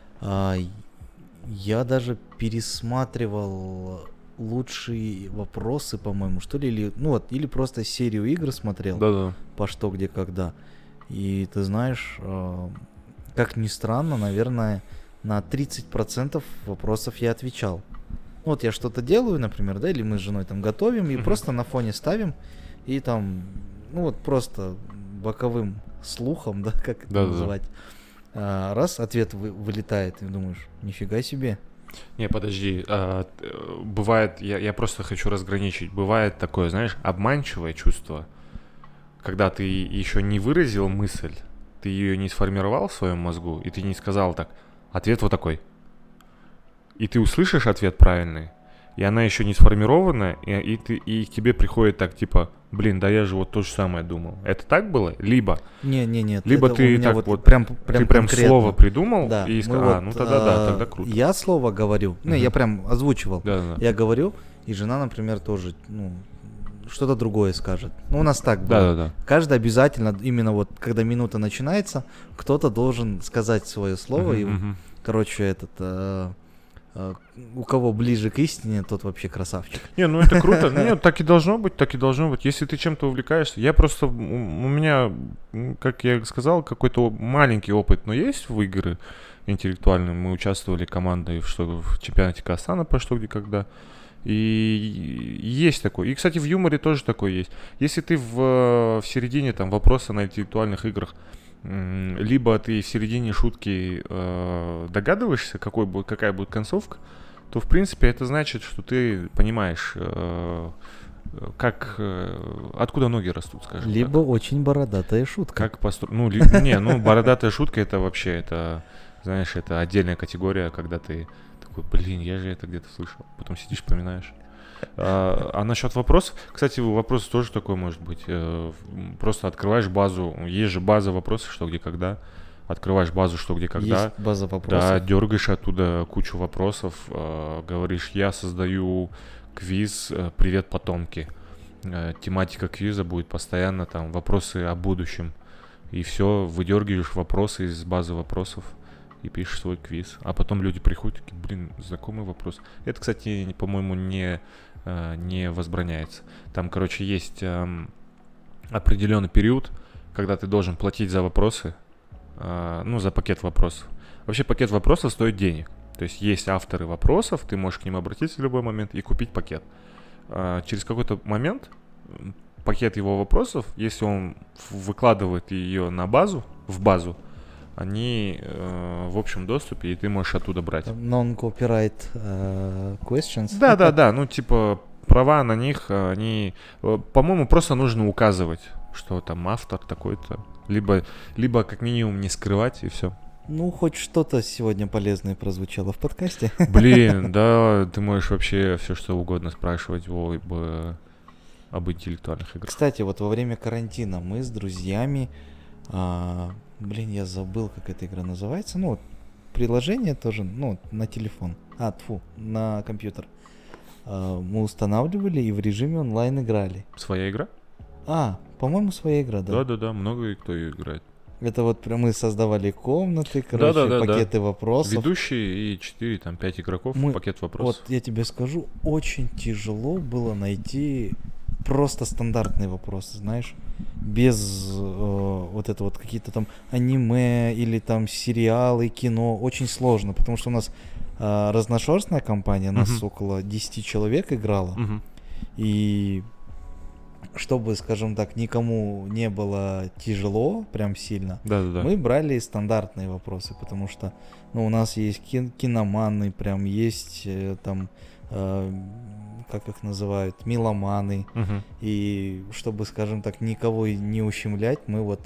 я даже пересматривал лучшие вопросы, по-моему, что ли, или, ну вот, или просто серию игр смотрел, Да-да. по что, где, когда. И ты знаешь, как ни странно, наверное, на 30% вопросов я отвечал. Ну, вот я что-то делаю, например, да, или мы с женой там готовим, и просто на фоне ставим, и там, ну вот просто боковым слухом, да, как это называть, раз ответ вылетает, и думаешь, нифига себе. Не, подожди, бывает, я просто хочу разграничить, бывает такое, знаешь, обманчивое чувство, когда ты еще не выразил мысль, ты ее не сформировал в своем мозгу, и ты не сказал так, ответ вот такой. И ты услышишь ответ правильный, и она еще не сформирована, и к тебе приходит так, типа, блин, да я же вот то же самое думал. Это так было? Либо либо ты так вот прям слово придумал, да, и сказал, ну тогда тогда круто. Я слово говорю, ну я прям озвучивал, да. Я говорю, и жена, например, тоже, ну, что-то другое скажет. Ну, у нас так было. Да. Каждый обязательно, именно вот, когда минута начинается, кто-то должен сказать свое слово, и, короче, у кого ближе к истине, тот вообще красавчик. Не, ну это круто. Нет, так и должно быть, так и должно быть. Если ты чем-то увлекаешься, я просто, у меня, как я сказал, какой-то маленький опыт, но есть в игры интеллектуальные. Мы участвовали командой в чемпионате Казахстана по что где когда. И есть такой. И, кстати, в юморе тоже такое есть. Если ты в середине там вопроса на интеллектуальных играх, либо ты в середине шутки догадываешься, какая будет концовка, то, в принципе, это значит, что ты понимаешь, откуда ноги растут, скажем так. Либо очень бородатая шутка. Бородатая шутка, это вообще, это, знаешь, это отдельная категория, когда ты такой, блин, я же это где-то слышал. Потом сидишь, вспоминаешь. А насчет вопросов, кстати, вопрос тоже такой может быть. Просто открываешь базу, есть же база вопросов, что где когда. Открываешь базу, что где когда. Есть база вопросов. Да, дергаешь оттуда кучу вопросов, говоришь, я создаю квиз «Привет, потомки». Тематика квиза будет постоянно там вопросы о будущем. И все, выдергиваешь вопросы из базы вопросов и пишешь свой квиз. А потом люди приходят, такие, блин, знакомый вопрос. Это, кстати, по-моему, не возбраняется. Там, короче, есть определенный период, когда ты должен платить за вопросы, за пакет вопросов. Вообще пакет вопросов стоит денег. То есть авторы вопросов, ты можешь к ним обратиться в любой момент и купить пакет. Через какой-то момент пакет его вопросов, если он выкладывает ее в базу, они в общем доступе, и ты можешь оттуда брать. Non-copyright questions. Да, ну типа права на них, они, по-моему, просто нужно указывать, что там автор такой-то, либо как минимум не скрывать, и все. Ну, хоть что-то сегодня полезное прозвучало в подкасте. Блин, да, ты можешь вообще все что угодно спрашивать об интеллектуальных играх. Кстати, вот во время карантина мы с друзьями, я забыл, как эта игра называется, ну, вот приложение тоже, ну, на телефон, на компьютер. Мы устанавливали и в режиме онлайн играли. Своя игра? По-моему, своя игра, да. Да, много кто ее играет. Это вот прям мы создавали комнаты, пакеты вопросов. Ведущие и 4-5 игроков, пакет вопросов. Вот я тебе скажу, очень тяжело было найти просто стандартные вопросы, знаешь, без вот это вот какие-то там аниме или там сериалы, кино. Очень сложно, потому что у нас разношерстная компания, нас около 10 человек играла. И чтобы, скажем так, никому не было тяжело, прям сильно, мы брали стандартные вопросы, потому что, у нас есть киноманы, прям есть там, как их называют, меломаны, и чтобы, скажем так, никого не ущемлять, мы вот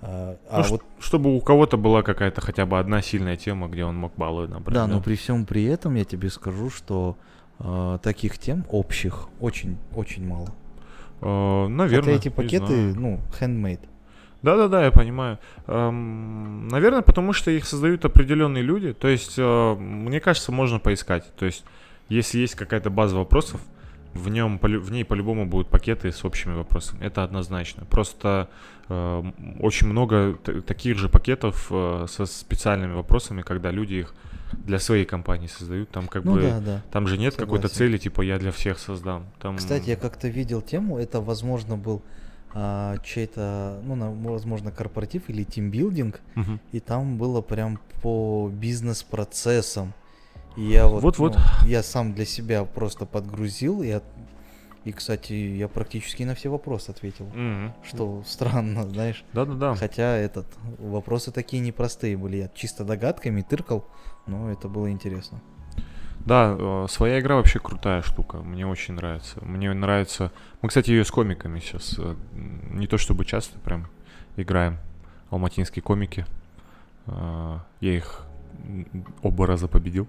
Чтобы у кого-то была какая-то хотя бы одна сильная тема, где он мог баллы набрать. Да, но при всем при этом я тебе скажу, что таких тем общих очень-очень мало. Наверное. Хотя эти пакеты, handmade. Да, я понимаю. Наверное, потому что их создают определенные люди. То есть, мне кажется, можно поискать. То есть, если есть какая-то база вопросов, в ней по-любому будут пакеты с общими вопросами. Это однозначно. Просто очень много таких же пакетов со специальными вопросами, когда люди их для своей компании создают. Там там же нет какой-то цели, типа я для всех создам. Кстати, я как-то видел тему, это, возможно, был чей-то, возможно, корпоратив или тимбилдинг, и там было прям по бизнес-процессам. И я я сам для себя просто подгрузил, и, кстати, я практически на все вопросы ответил, что странно, знаешь. Да. Хотя вопросы такие непростые были, я чисто догадками тыркал, но это было интересно. Да, своя игра вообще крутая штука, мне очень нравится. Мне нравится... Мы, кстати, ее с комиками сейчас, не то чтобы часто прям играем, алматинские комики. Я их оба раза победил.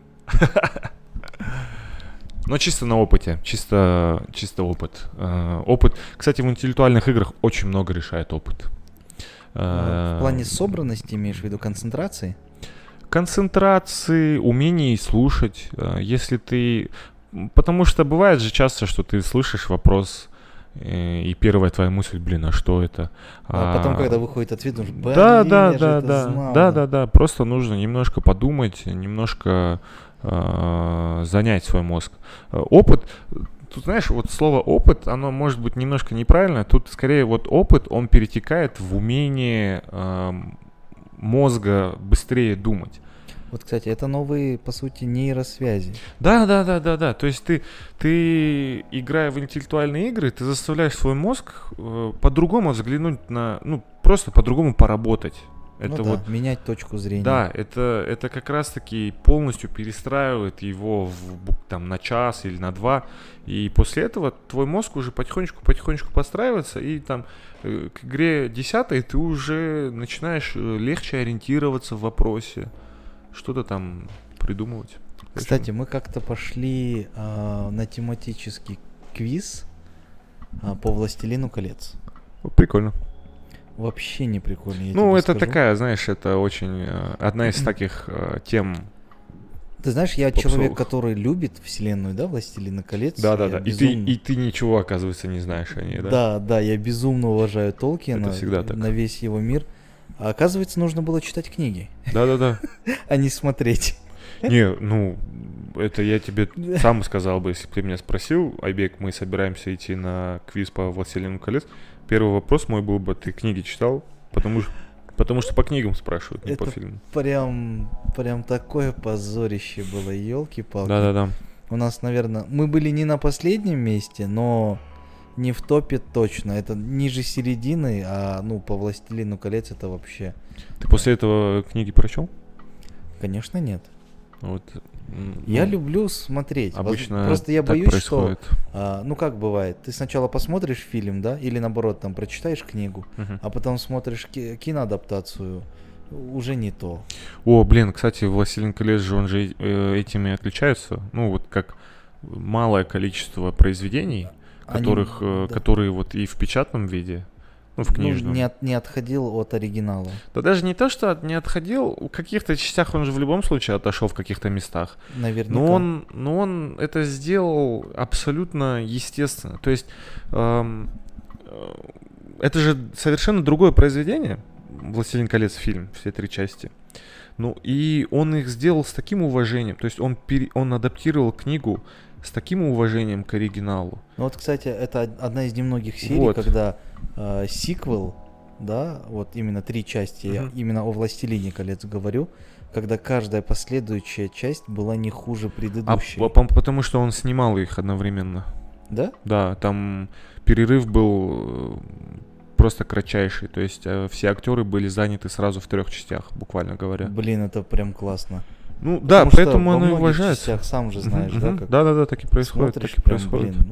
Но чисто на опыте, чисто опыт. Опыт, кстати, в интеллектуальных играх очень много решает опыт. В плане собранности имеешь в виду концентрации? Концентрации, умений слушать, если ты... Потому что бывает же часто, что ты слышишь вопрос, и первая твоя мысль, а что это? А потом, когда выходит ответ, думаешь, да, просто нужно немножко подумать, немножко занять свой мозг. Опыт, тут, знаешь, вот слово опыт, оно может быть немножко неправильно, тут скорее вот опыт, он перетекает в умение мозга быстрее думать. Вот, кстати, это новые, по сути, нейросвязи. Да. То есть ты, играя в интеллектуальные игры, ты заставляешь свой мозг по-другому взглянуть на... просто по-другому поработать. Это менять точку зрения. Да, это как раз-таки полностью перестраивает его на час или на 2. И после этого твой мозг уже потихонечку подстраивается. И к игре 10-й ты уже начинаешь легче ориентироваться в вопросе. Что-то там придумывать. Кстати, мы как-то пошли на тематический квиз по «Властелину колец». Прикольно. Вообще не прикольно. Это скажу. Такая, знаешь, это очень одна из таких тем. Ты знаешь, я человек, который любит вселенную, да, «Властелина колец». Да. И ты ничего, оказывается, не знаешь о ней, да? Да, я безумно уважаю Толкиена, так. На весь его мир. А оказывается, нужно было читать книги. Да. А не смотреть. Это я тебе сам сказал бы, если бы ты меня спросил, Айбек, мы собираемся идти на квиз по «Властелину колец». Первый вопрос мой был бы, ты книги читал? Потому что по книгам спрашивают, не по фильму. Прям такое позорище было, елки-палки. Да. У нас, наверное, мы были не на последнем месте, но не в топе точно. Это ниже середины, а по «Властелину колец» это вообще... Ты после этого книги прочел? Конечно, нет. Я люблю смотреть. Обычно просто я боюсь, происходит. Что... как бывает, ты сначала посмотришь фильм, да, или наоборот, там, прочитаешь книгу, а потом смотришь киноадаптацию, уже не то. Кстати, «Властелин колец» же, он же этими отличается. Как малое количество произведений, которые и в печатном виде, в книжном. Не отходил от оригинала. Да даже не то, что не отходил, в каких-то частях он же в любом случае отошел в каких-то местах. Наверняка. Но он это сделал абсолютно естественно. То есть это же совершенно другое произведение, «Властелин колец» фильм, все 3 части. И он их сделал с таким уважением, то есть он адаптировал книгу с таким уважением к оригиналу. Кстати, это одна из немногих серий, когда сиквел, да, именно 3 части, я именно о «Властелине колец» говорю, когда каждая последующая часть была не хуже предыдущей. Потому что он снимал их одновременно. Да? Да, там перерыв был просто кратчайший, то есть все актеры были заняты сразу в 3 частях, буквально говоря. Это прям классно. Поэтому оно и уважается. Сам же знаешь, да? Да, так и происходит. Смотришь,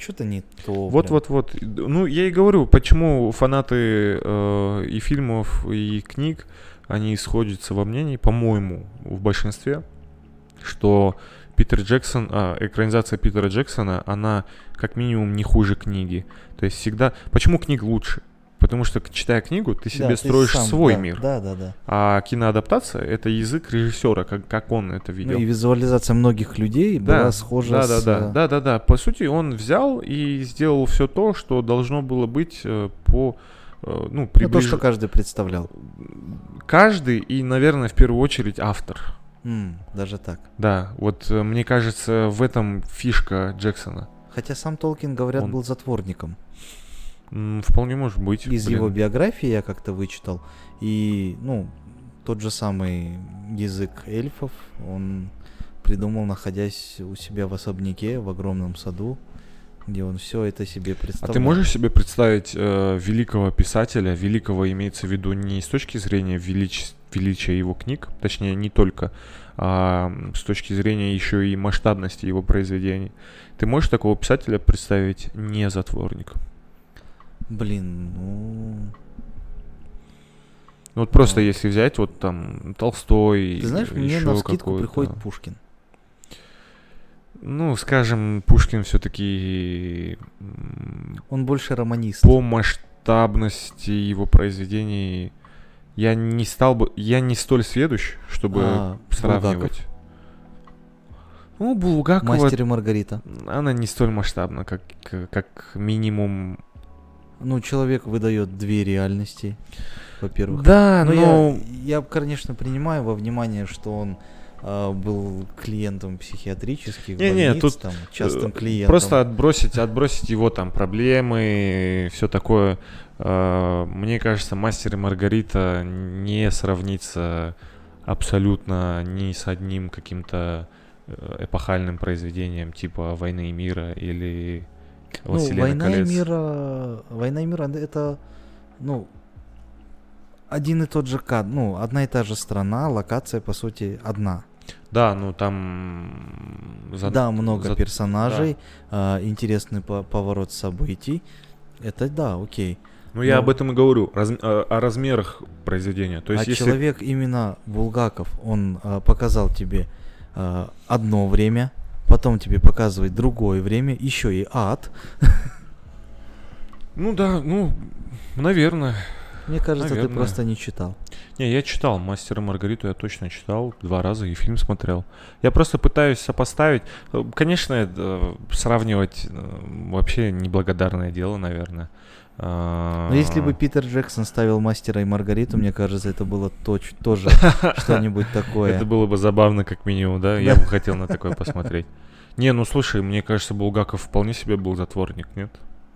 Что-то не то. Вот, прям. вот, вот. Ну, я и говорю, почему фанаты и фильмов, и книг, они сходятся во мнении, по-моему, в большинстве, что экранизация Питера Джексона, она как минимум не хуже книги. То есть всегда... Почему книг лучше? Потому что, читая книгу, ты себе Да, ты строишь сам, свой да, мир. Да. А киноадаптация — это язык режиссера, как он это Ну видел. и визуализация многих людей была схожа с... Да. По сути, он взял и сделал все то, что должно было быть по... Ну, то, что каждый представлял. Каждый и, наверное, в первую очередь автор. Даже так. Да, вот мне кажется, в этом фишка Джексона. Хотя сам Толкин, говорят, был затворником. Вполне может быть. Из его биографии я как-то вычитал. И, тот же самый язык эльфов он придумал, находясь у себя в особняке, в огромном саду, где он все это себе представлял. А ты можешь себе представить великого писателя, великого имеется в виду не с точки зрения величия его книг, точнее не только, а с точки зрения еще и масштабности его произведений. Ты можешь такого писателя представить не затворником? Блин, Ну вот просто если взять вот там Толстой. Ты знаешь, мне навскидку приходит Пушкин. Ну, скажем, Пушкин все-таки... Он больше романист. По масштабности его произведений я не столь сведущ, чтобы сравнивать. Ну, Булгакова... Мастер и Маргарита. Она не столь масштабна, как минимум... Ну, человек выдает две реальности, во-первых. Да, но... Я, конечно, принимаю во внимание, что он был клиентом психиатрических больниц, тут там, частым клиентом. Просто отбросить его там проблемы, все такое. Мне кажется, «Мастер и Маргарита» не сравнится абсолютно ни с одним каким-то эпохальным произведением типа «Войны и мира» или «Властелина колец». «Война и мира» это, один и тот же кадр, одна и та же страна, локация, по сути, одна. Да, там... много персонажей, да. Интересный поворот событий. Это да, окей. Я об этом и говорю, о размерах произведения. То есть, если... человек именно Булгаков, он показал тебе одно время, потом тебе показывает другое время, еще и ад. Наверное. Мне кажется, ты просто не читал. Не, я читал «Мастера и Маргариту», я точно читал 2 раза и фильм смотрел. Я просто пытаюсь сопоставить. Конечно, сравнивать вообще неблагодарное дело, наверное. Но если бы Питер Джексон ставил «Мастера и Маргариту», мне кажется, это было тоже что-нибудь такое. Это было бы забавно, как минимум, да? Я бы хотел на такое посмотреть. Не, слушай, мне кажется, Булгаков вполне себе был затворник, нет?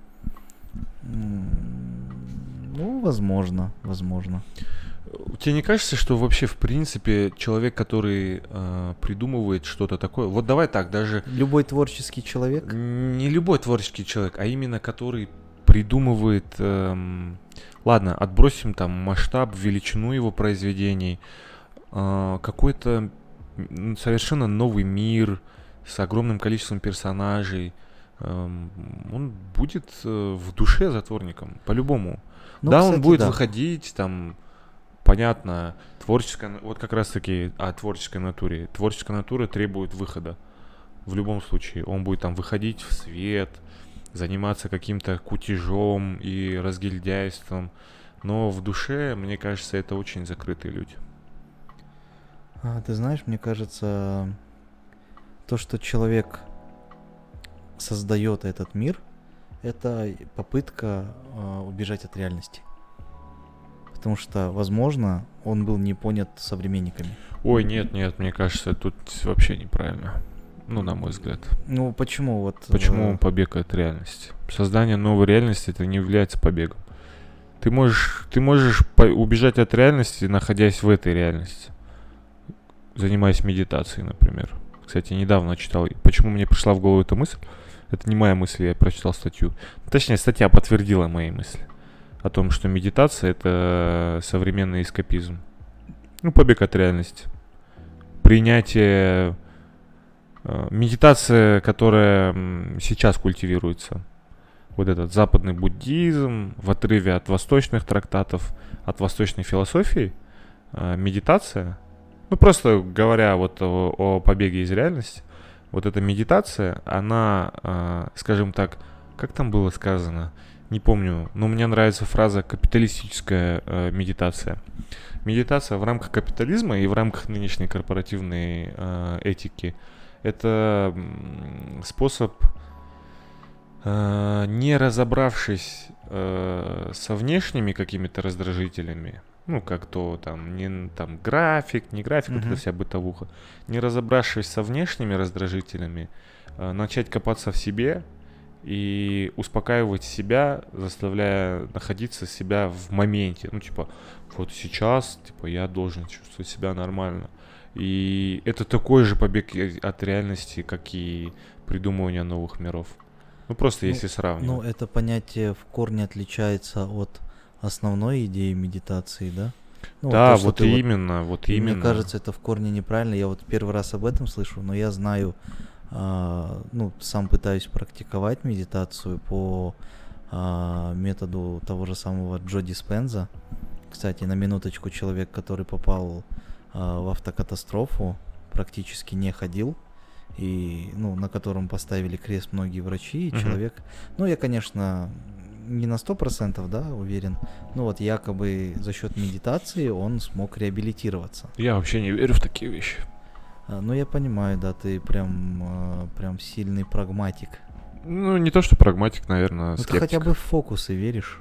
Возможно. Тебе не кажется, что вообще, в принципе, человек, который придумывает что-то такое... Вот давай так, даже... Любой творческий человек? Не любой творческий человек, а именно который придумывает... Ладно, отбросим там масштаб, величину его произведений. Какой-то совершенно новый мир с огромным количеством персонажей. Он будет в душе затворником, по-любому. Кстати, он будет выходить, там, понятно, творческая, вот как раз-таки о творческой натуре. Творческая натура требует выхода. В любом случае, он будет там выходить в свет, заниматься каким-то кутежом и разгильдяйством. Но в душе, мне кажется, это очень закрытые люди. Ты знаешь, мне кажется, то, что человек создает этот мир, это попытка убежать от реальности. Потому что, возможно, он был не понят современниками. Ой, нет, мне кажется, тут вообще неправильно. На мой взгляд. Почему? Почему побег от реальности? Создание новой реальности — это не является побегом. Ты можешь убежать от реальности, находясь в этой реальности. Занимаясь медитацией, например. Кстати, недавно читал. Почему мне пришла в голову эта мысль? Это не моя мысль, я прочитал статью. Точнее, статья подтвердила мои мысли. О том, что медитация — это современный эскапизм. Побег от реальности. Принятие медитация, которая сейчас культивируется, вот этот западный буддизм в отрыве от восточных трактатов, от восточной философии, медитация, ну просто говоря вот о побеге из реальности, вот эта медитация, она, скажем так, как там было сказано, не помню, но мне нравится фраза «капиталистическая медитация». Медитация в рамках капитализма и в рамках нынешней корпоративной этики — это способ, не разобравшись со внешними какими-то раздражителями, ну, как то там, не, там график, не график, вот эта вся бытовуха, не разобравшись со внешними раздражителями, начать копаться в себе и успокаивать себя, заставляя находиться себя в моменте. Ну, типа, вот сейчас, типа, я должен чувствовать себя нормально. И это такой же побег от реальности, как и придумывание новых миров. Ну, просто если сравнивать. Ну, это понятие в корне отличается от основной идеи медитации, да? Ну, да, то, вот именно, вот именно. Мне кажется, это в корне неправильно. Я вот первый раз об этом слышу, но я знаю, ну, сам пытаюсь практиковать медитацию по методу того же самого Джо Диспенза. Кстати, на минуточку, человек, который попал в автокатастрофу, практически не ходил, и, ну, на котором поставили крест многие врачи, и человек, ну, я, конечно, не на 100%, да, уверен, но вот якобы за счет медитации он смог реабилитироваться. Я вообще не верю в такие вещи. Ну, я понимаю, да, ты прям сильный прагматик. Ну, не то, что прагматик, наверное, ну, скептик. Ты хотя бы в фокусы веришь?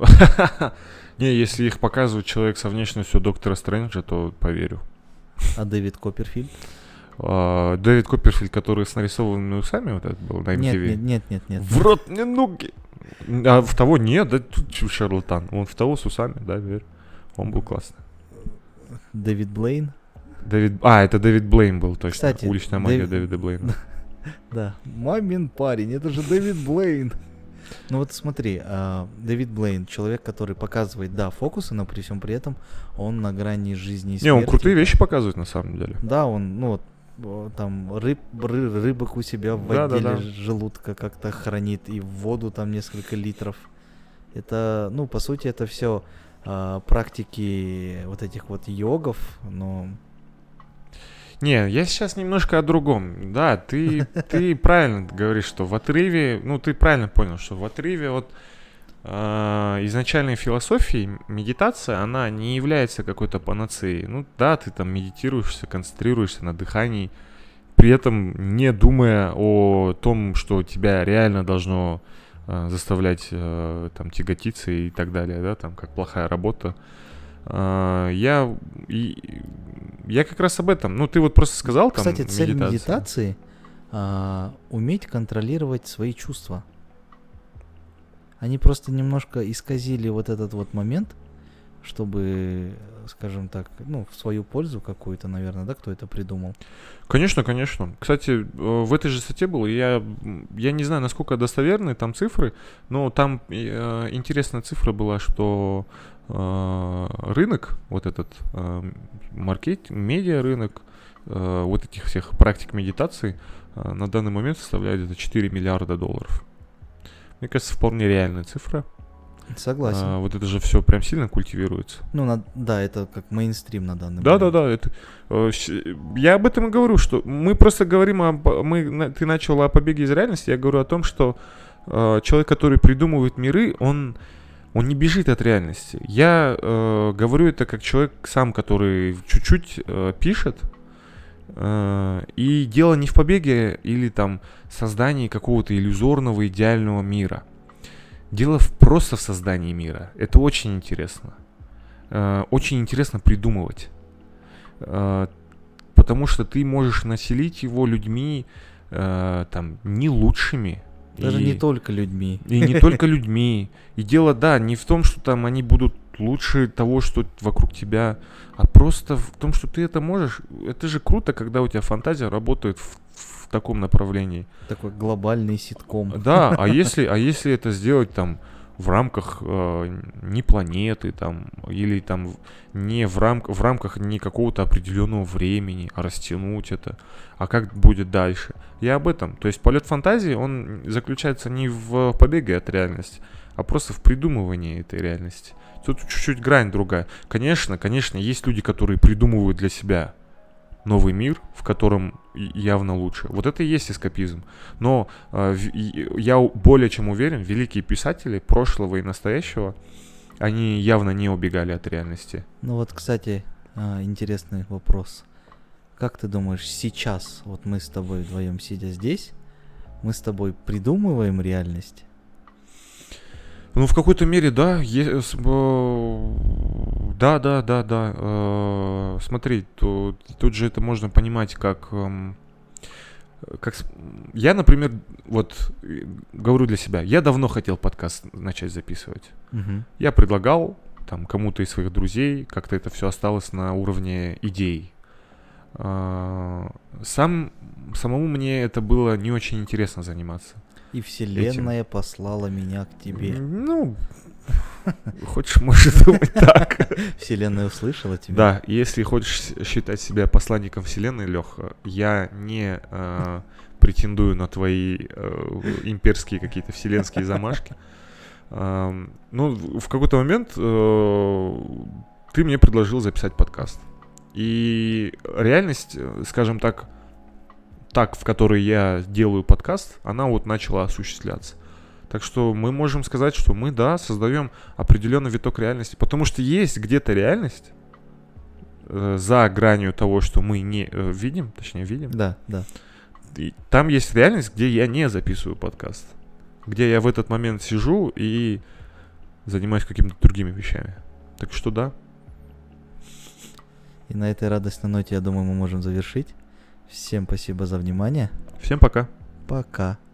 Не, если их показывает человек со внешностью доктора Стрэнджа, то поверю. А Дэвид Копперфильд? Дэвид Копперфильд, который с нарисованными усами вот этот был на MTV? Нет. В рот мне ноги! А в того нет, да тут шарлатан. Он в того с усами, да, верю. Он был классный. Дэвид Блейн? Это Дэвид Блейн был, точно. Кстати, уличная магия Дэвида Блейна. Да, мамин парень, это же Дэвид Блейн. Ну вот смотри, Дэвид Блейн, человек, который показывает, да, фокусы, но при всем при этом он на грани жизни и смерти. Не, он крутые вещи показывает на самом деле. Да, он, ну вот, там рыбок у себя в отделе желудка как-то хранит, и в воду там несколько литров. Это, ну, по сути, это все практики вот этих вот йогов, но... Не, я сейчас немножко о другом. Да, ты правильно говоришь, что в отрыве, ну ты правильно понял, что в отрыве от изначальной философии медитация, она не является какой-то панацеей. Ну да, ты там медитируешься, концентрируешься на дыхании, при этом не думая о том, что тебя реально должно заставлять там тяготиться и так далее, да, там как плохая работа. Я как раз об этом. Ну, ты вот просто сказал там. Кстати, цель медитации уметь контролировать свои чувства. Они просто немножко исказили вот этот вот момент, чтобы, скажем так, ну, в свою пользу какую-то, наверное, да, кто это придумал. Конечно. Кстати, в этой же статье было, я не знаю, насколько достоверны там цифры, но там интересная цифра была, что рынок, вот этот медиа рынок, вот этих всех практик медитации на данный момент составляет где-то $4 миллиарда. Мне кажется, вполне реальная цифра. Согласен. Вот это же все прям сильно культивируется. Ну, да, это как мейнстрим на данный момент. Да, это, я об этом и говорю, что мы просто говорим ты начал о побеге из реальности, я говорю о том, что человек, который придумывает миры, он не бежит от реальности. Я говорю это как человек сам, который чуть-чуть пишет. И дело не в побеге или там создании какого-то иллюзорного идеального мира. Дело просто в создании мира. Это очень интересно. Очень интересно придумывать. Потому что ты можешь населить его людьми там не лучшими. Даже не только людьми. И не только людьми. И дело, да, не в том, что там они будут лучше того, что вокруг тебя, а просто в том, что ты это можешь. Это же круто, когда у тебя фантазия работает в таком направлении. Такой глобальный ситком. Да, а если это сделать там в рамках не планеты там, или там не в рамках не какого-то определенного времени, а растянуть это, а как будет дальше. Я об этом. То есть полет фантазии, он заключается не в побеге от реальности, а просто в придумывании этой реальности. Тут чуть-чуть грань другая. Конечно, есть люди, которые придумывают для себя новый мир, в котором явно лучше. Вот это и есть эскапизм. Но я более чем уверен, великие писатели прошлого и настоящего, они явно не убегали от реальности. Ну вот, кстати, интересный вопрос. Как ты думаешь, сейчас, вот мы с тобой вдвоем сидя здесь, мы с тобой придумываем реальность? Ну, в какой-то мере, да. Да. Смотри, тут же это можно понимать как... Я, например, вот говорю для себя, я давно хотел подкаст начать записывать. Угу. Я предлагал там кому-то из своих друзей, как-то это все осталось на уровне идей. Самому мне это было не очень интересно заниматься. И вселенная послала меня к тебе. Ну, хочешь, может думать так. Вселенная услышала тебя? Да, если хочешь считать себя посланником вселенной, Леха, я не претендую на твои имперские какие-то вселенские замашки. Ну, в какой-то момент ты мне предложил записать подкаст. И реальность, скажем так, в которой я делаю подкаст, она вот начала осуществляться. Так что мы можем сказать, что мы, да, создаем определенный виток реальности. Потому что есть где-то реальность за гранью того, что мы не видим, точнее видим. Да. И там есть реальность, где я не записываю подкаст. Где я в этот момент сижу и занимаюсь какими-то другими вещами. Так что да. И на этой радостной ноте, я думаю, мы можем завершить. Всем спасибо за внимание. Всем пока. Пока.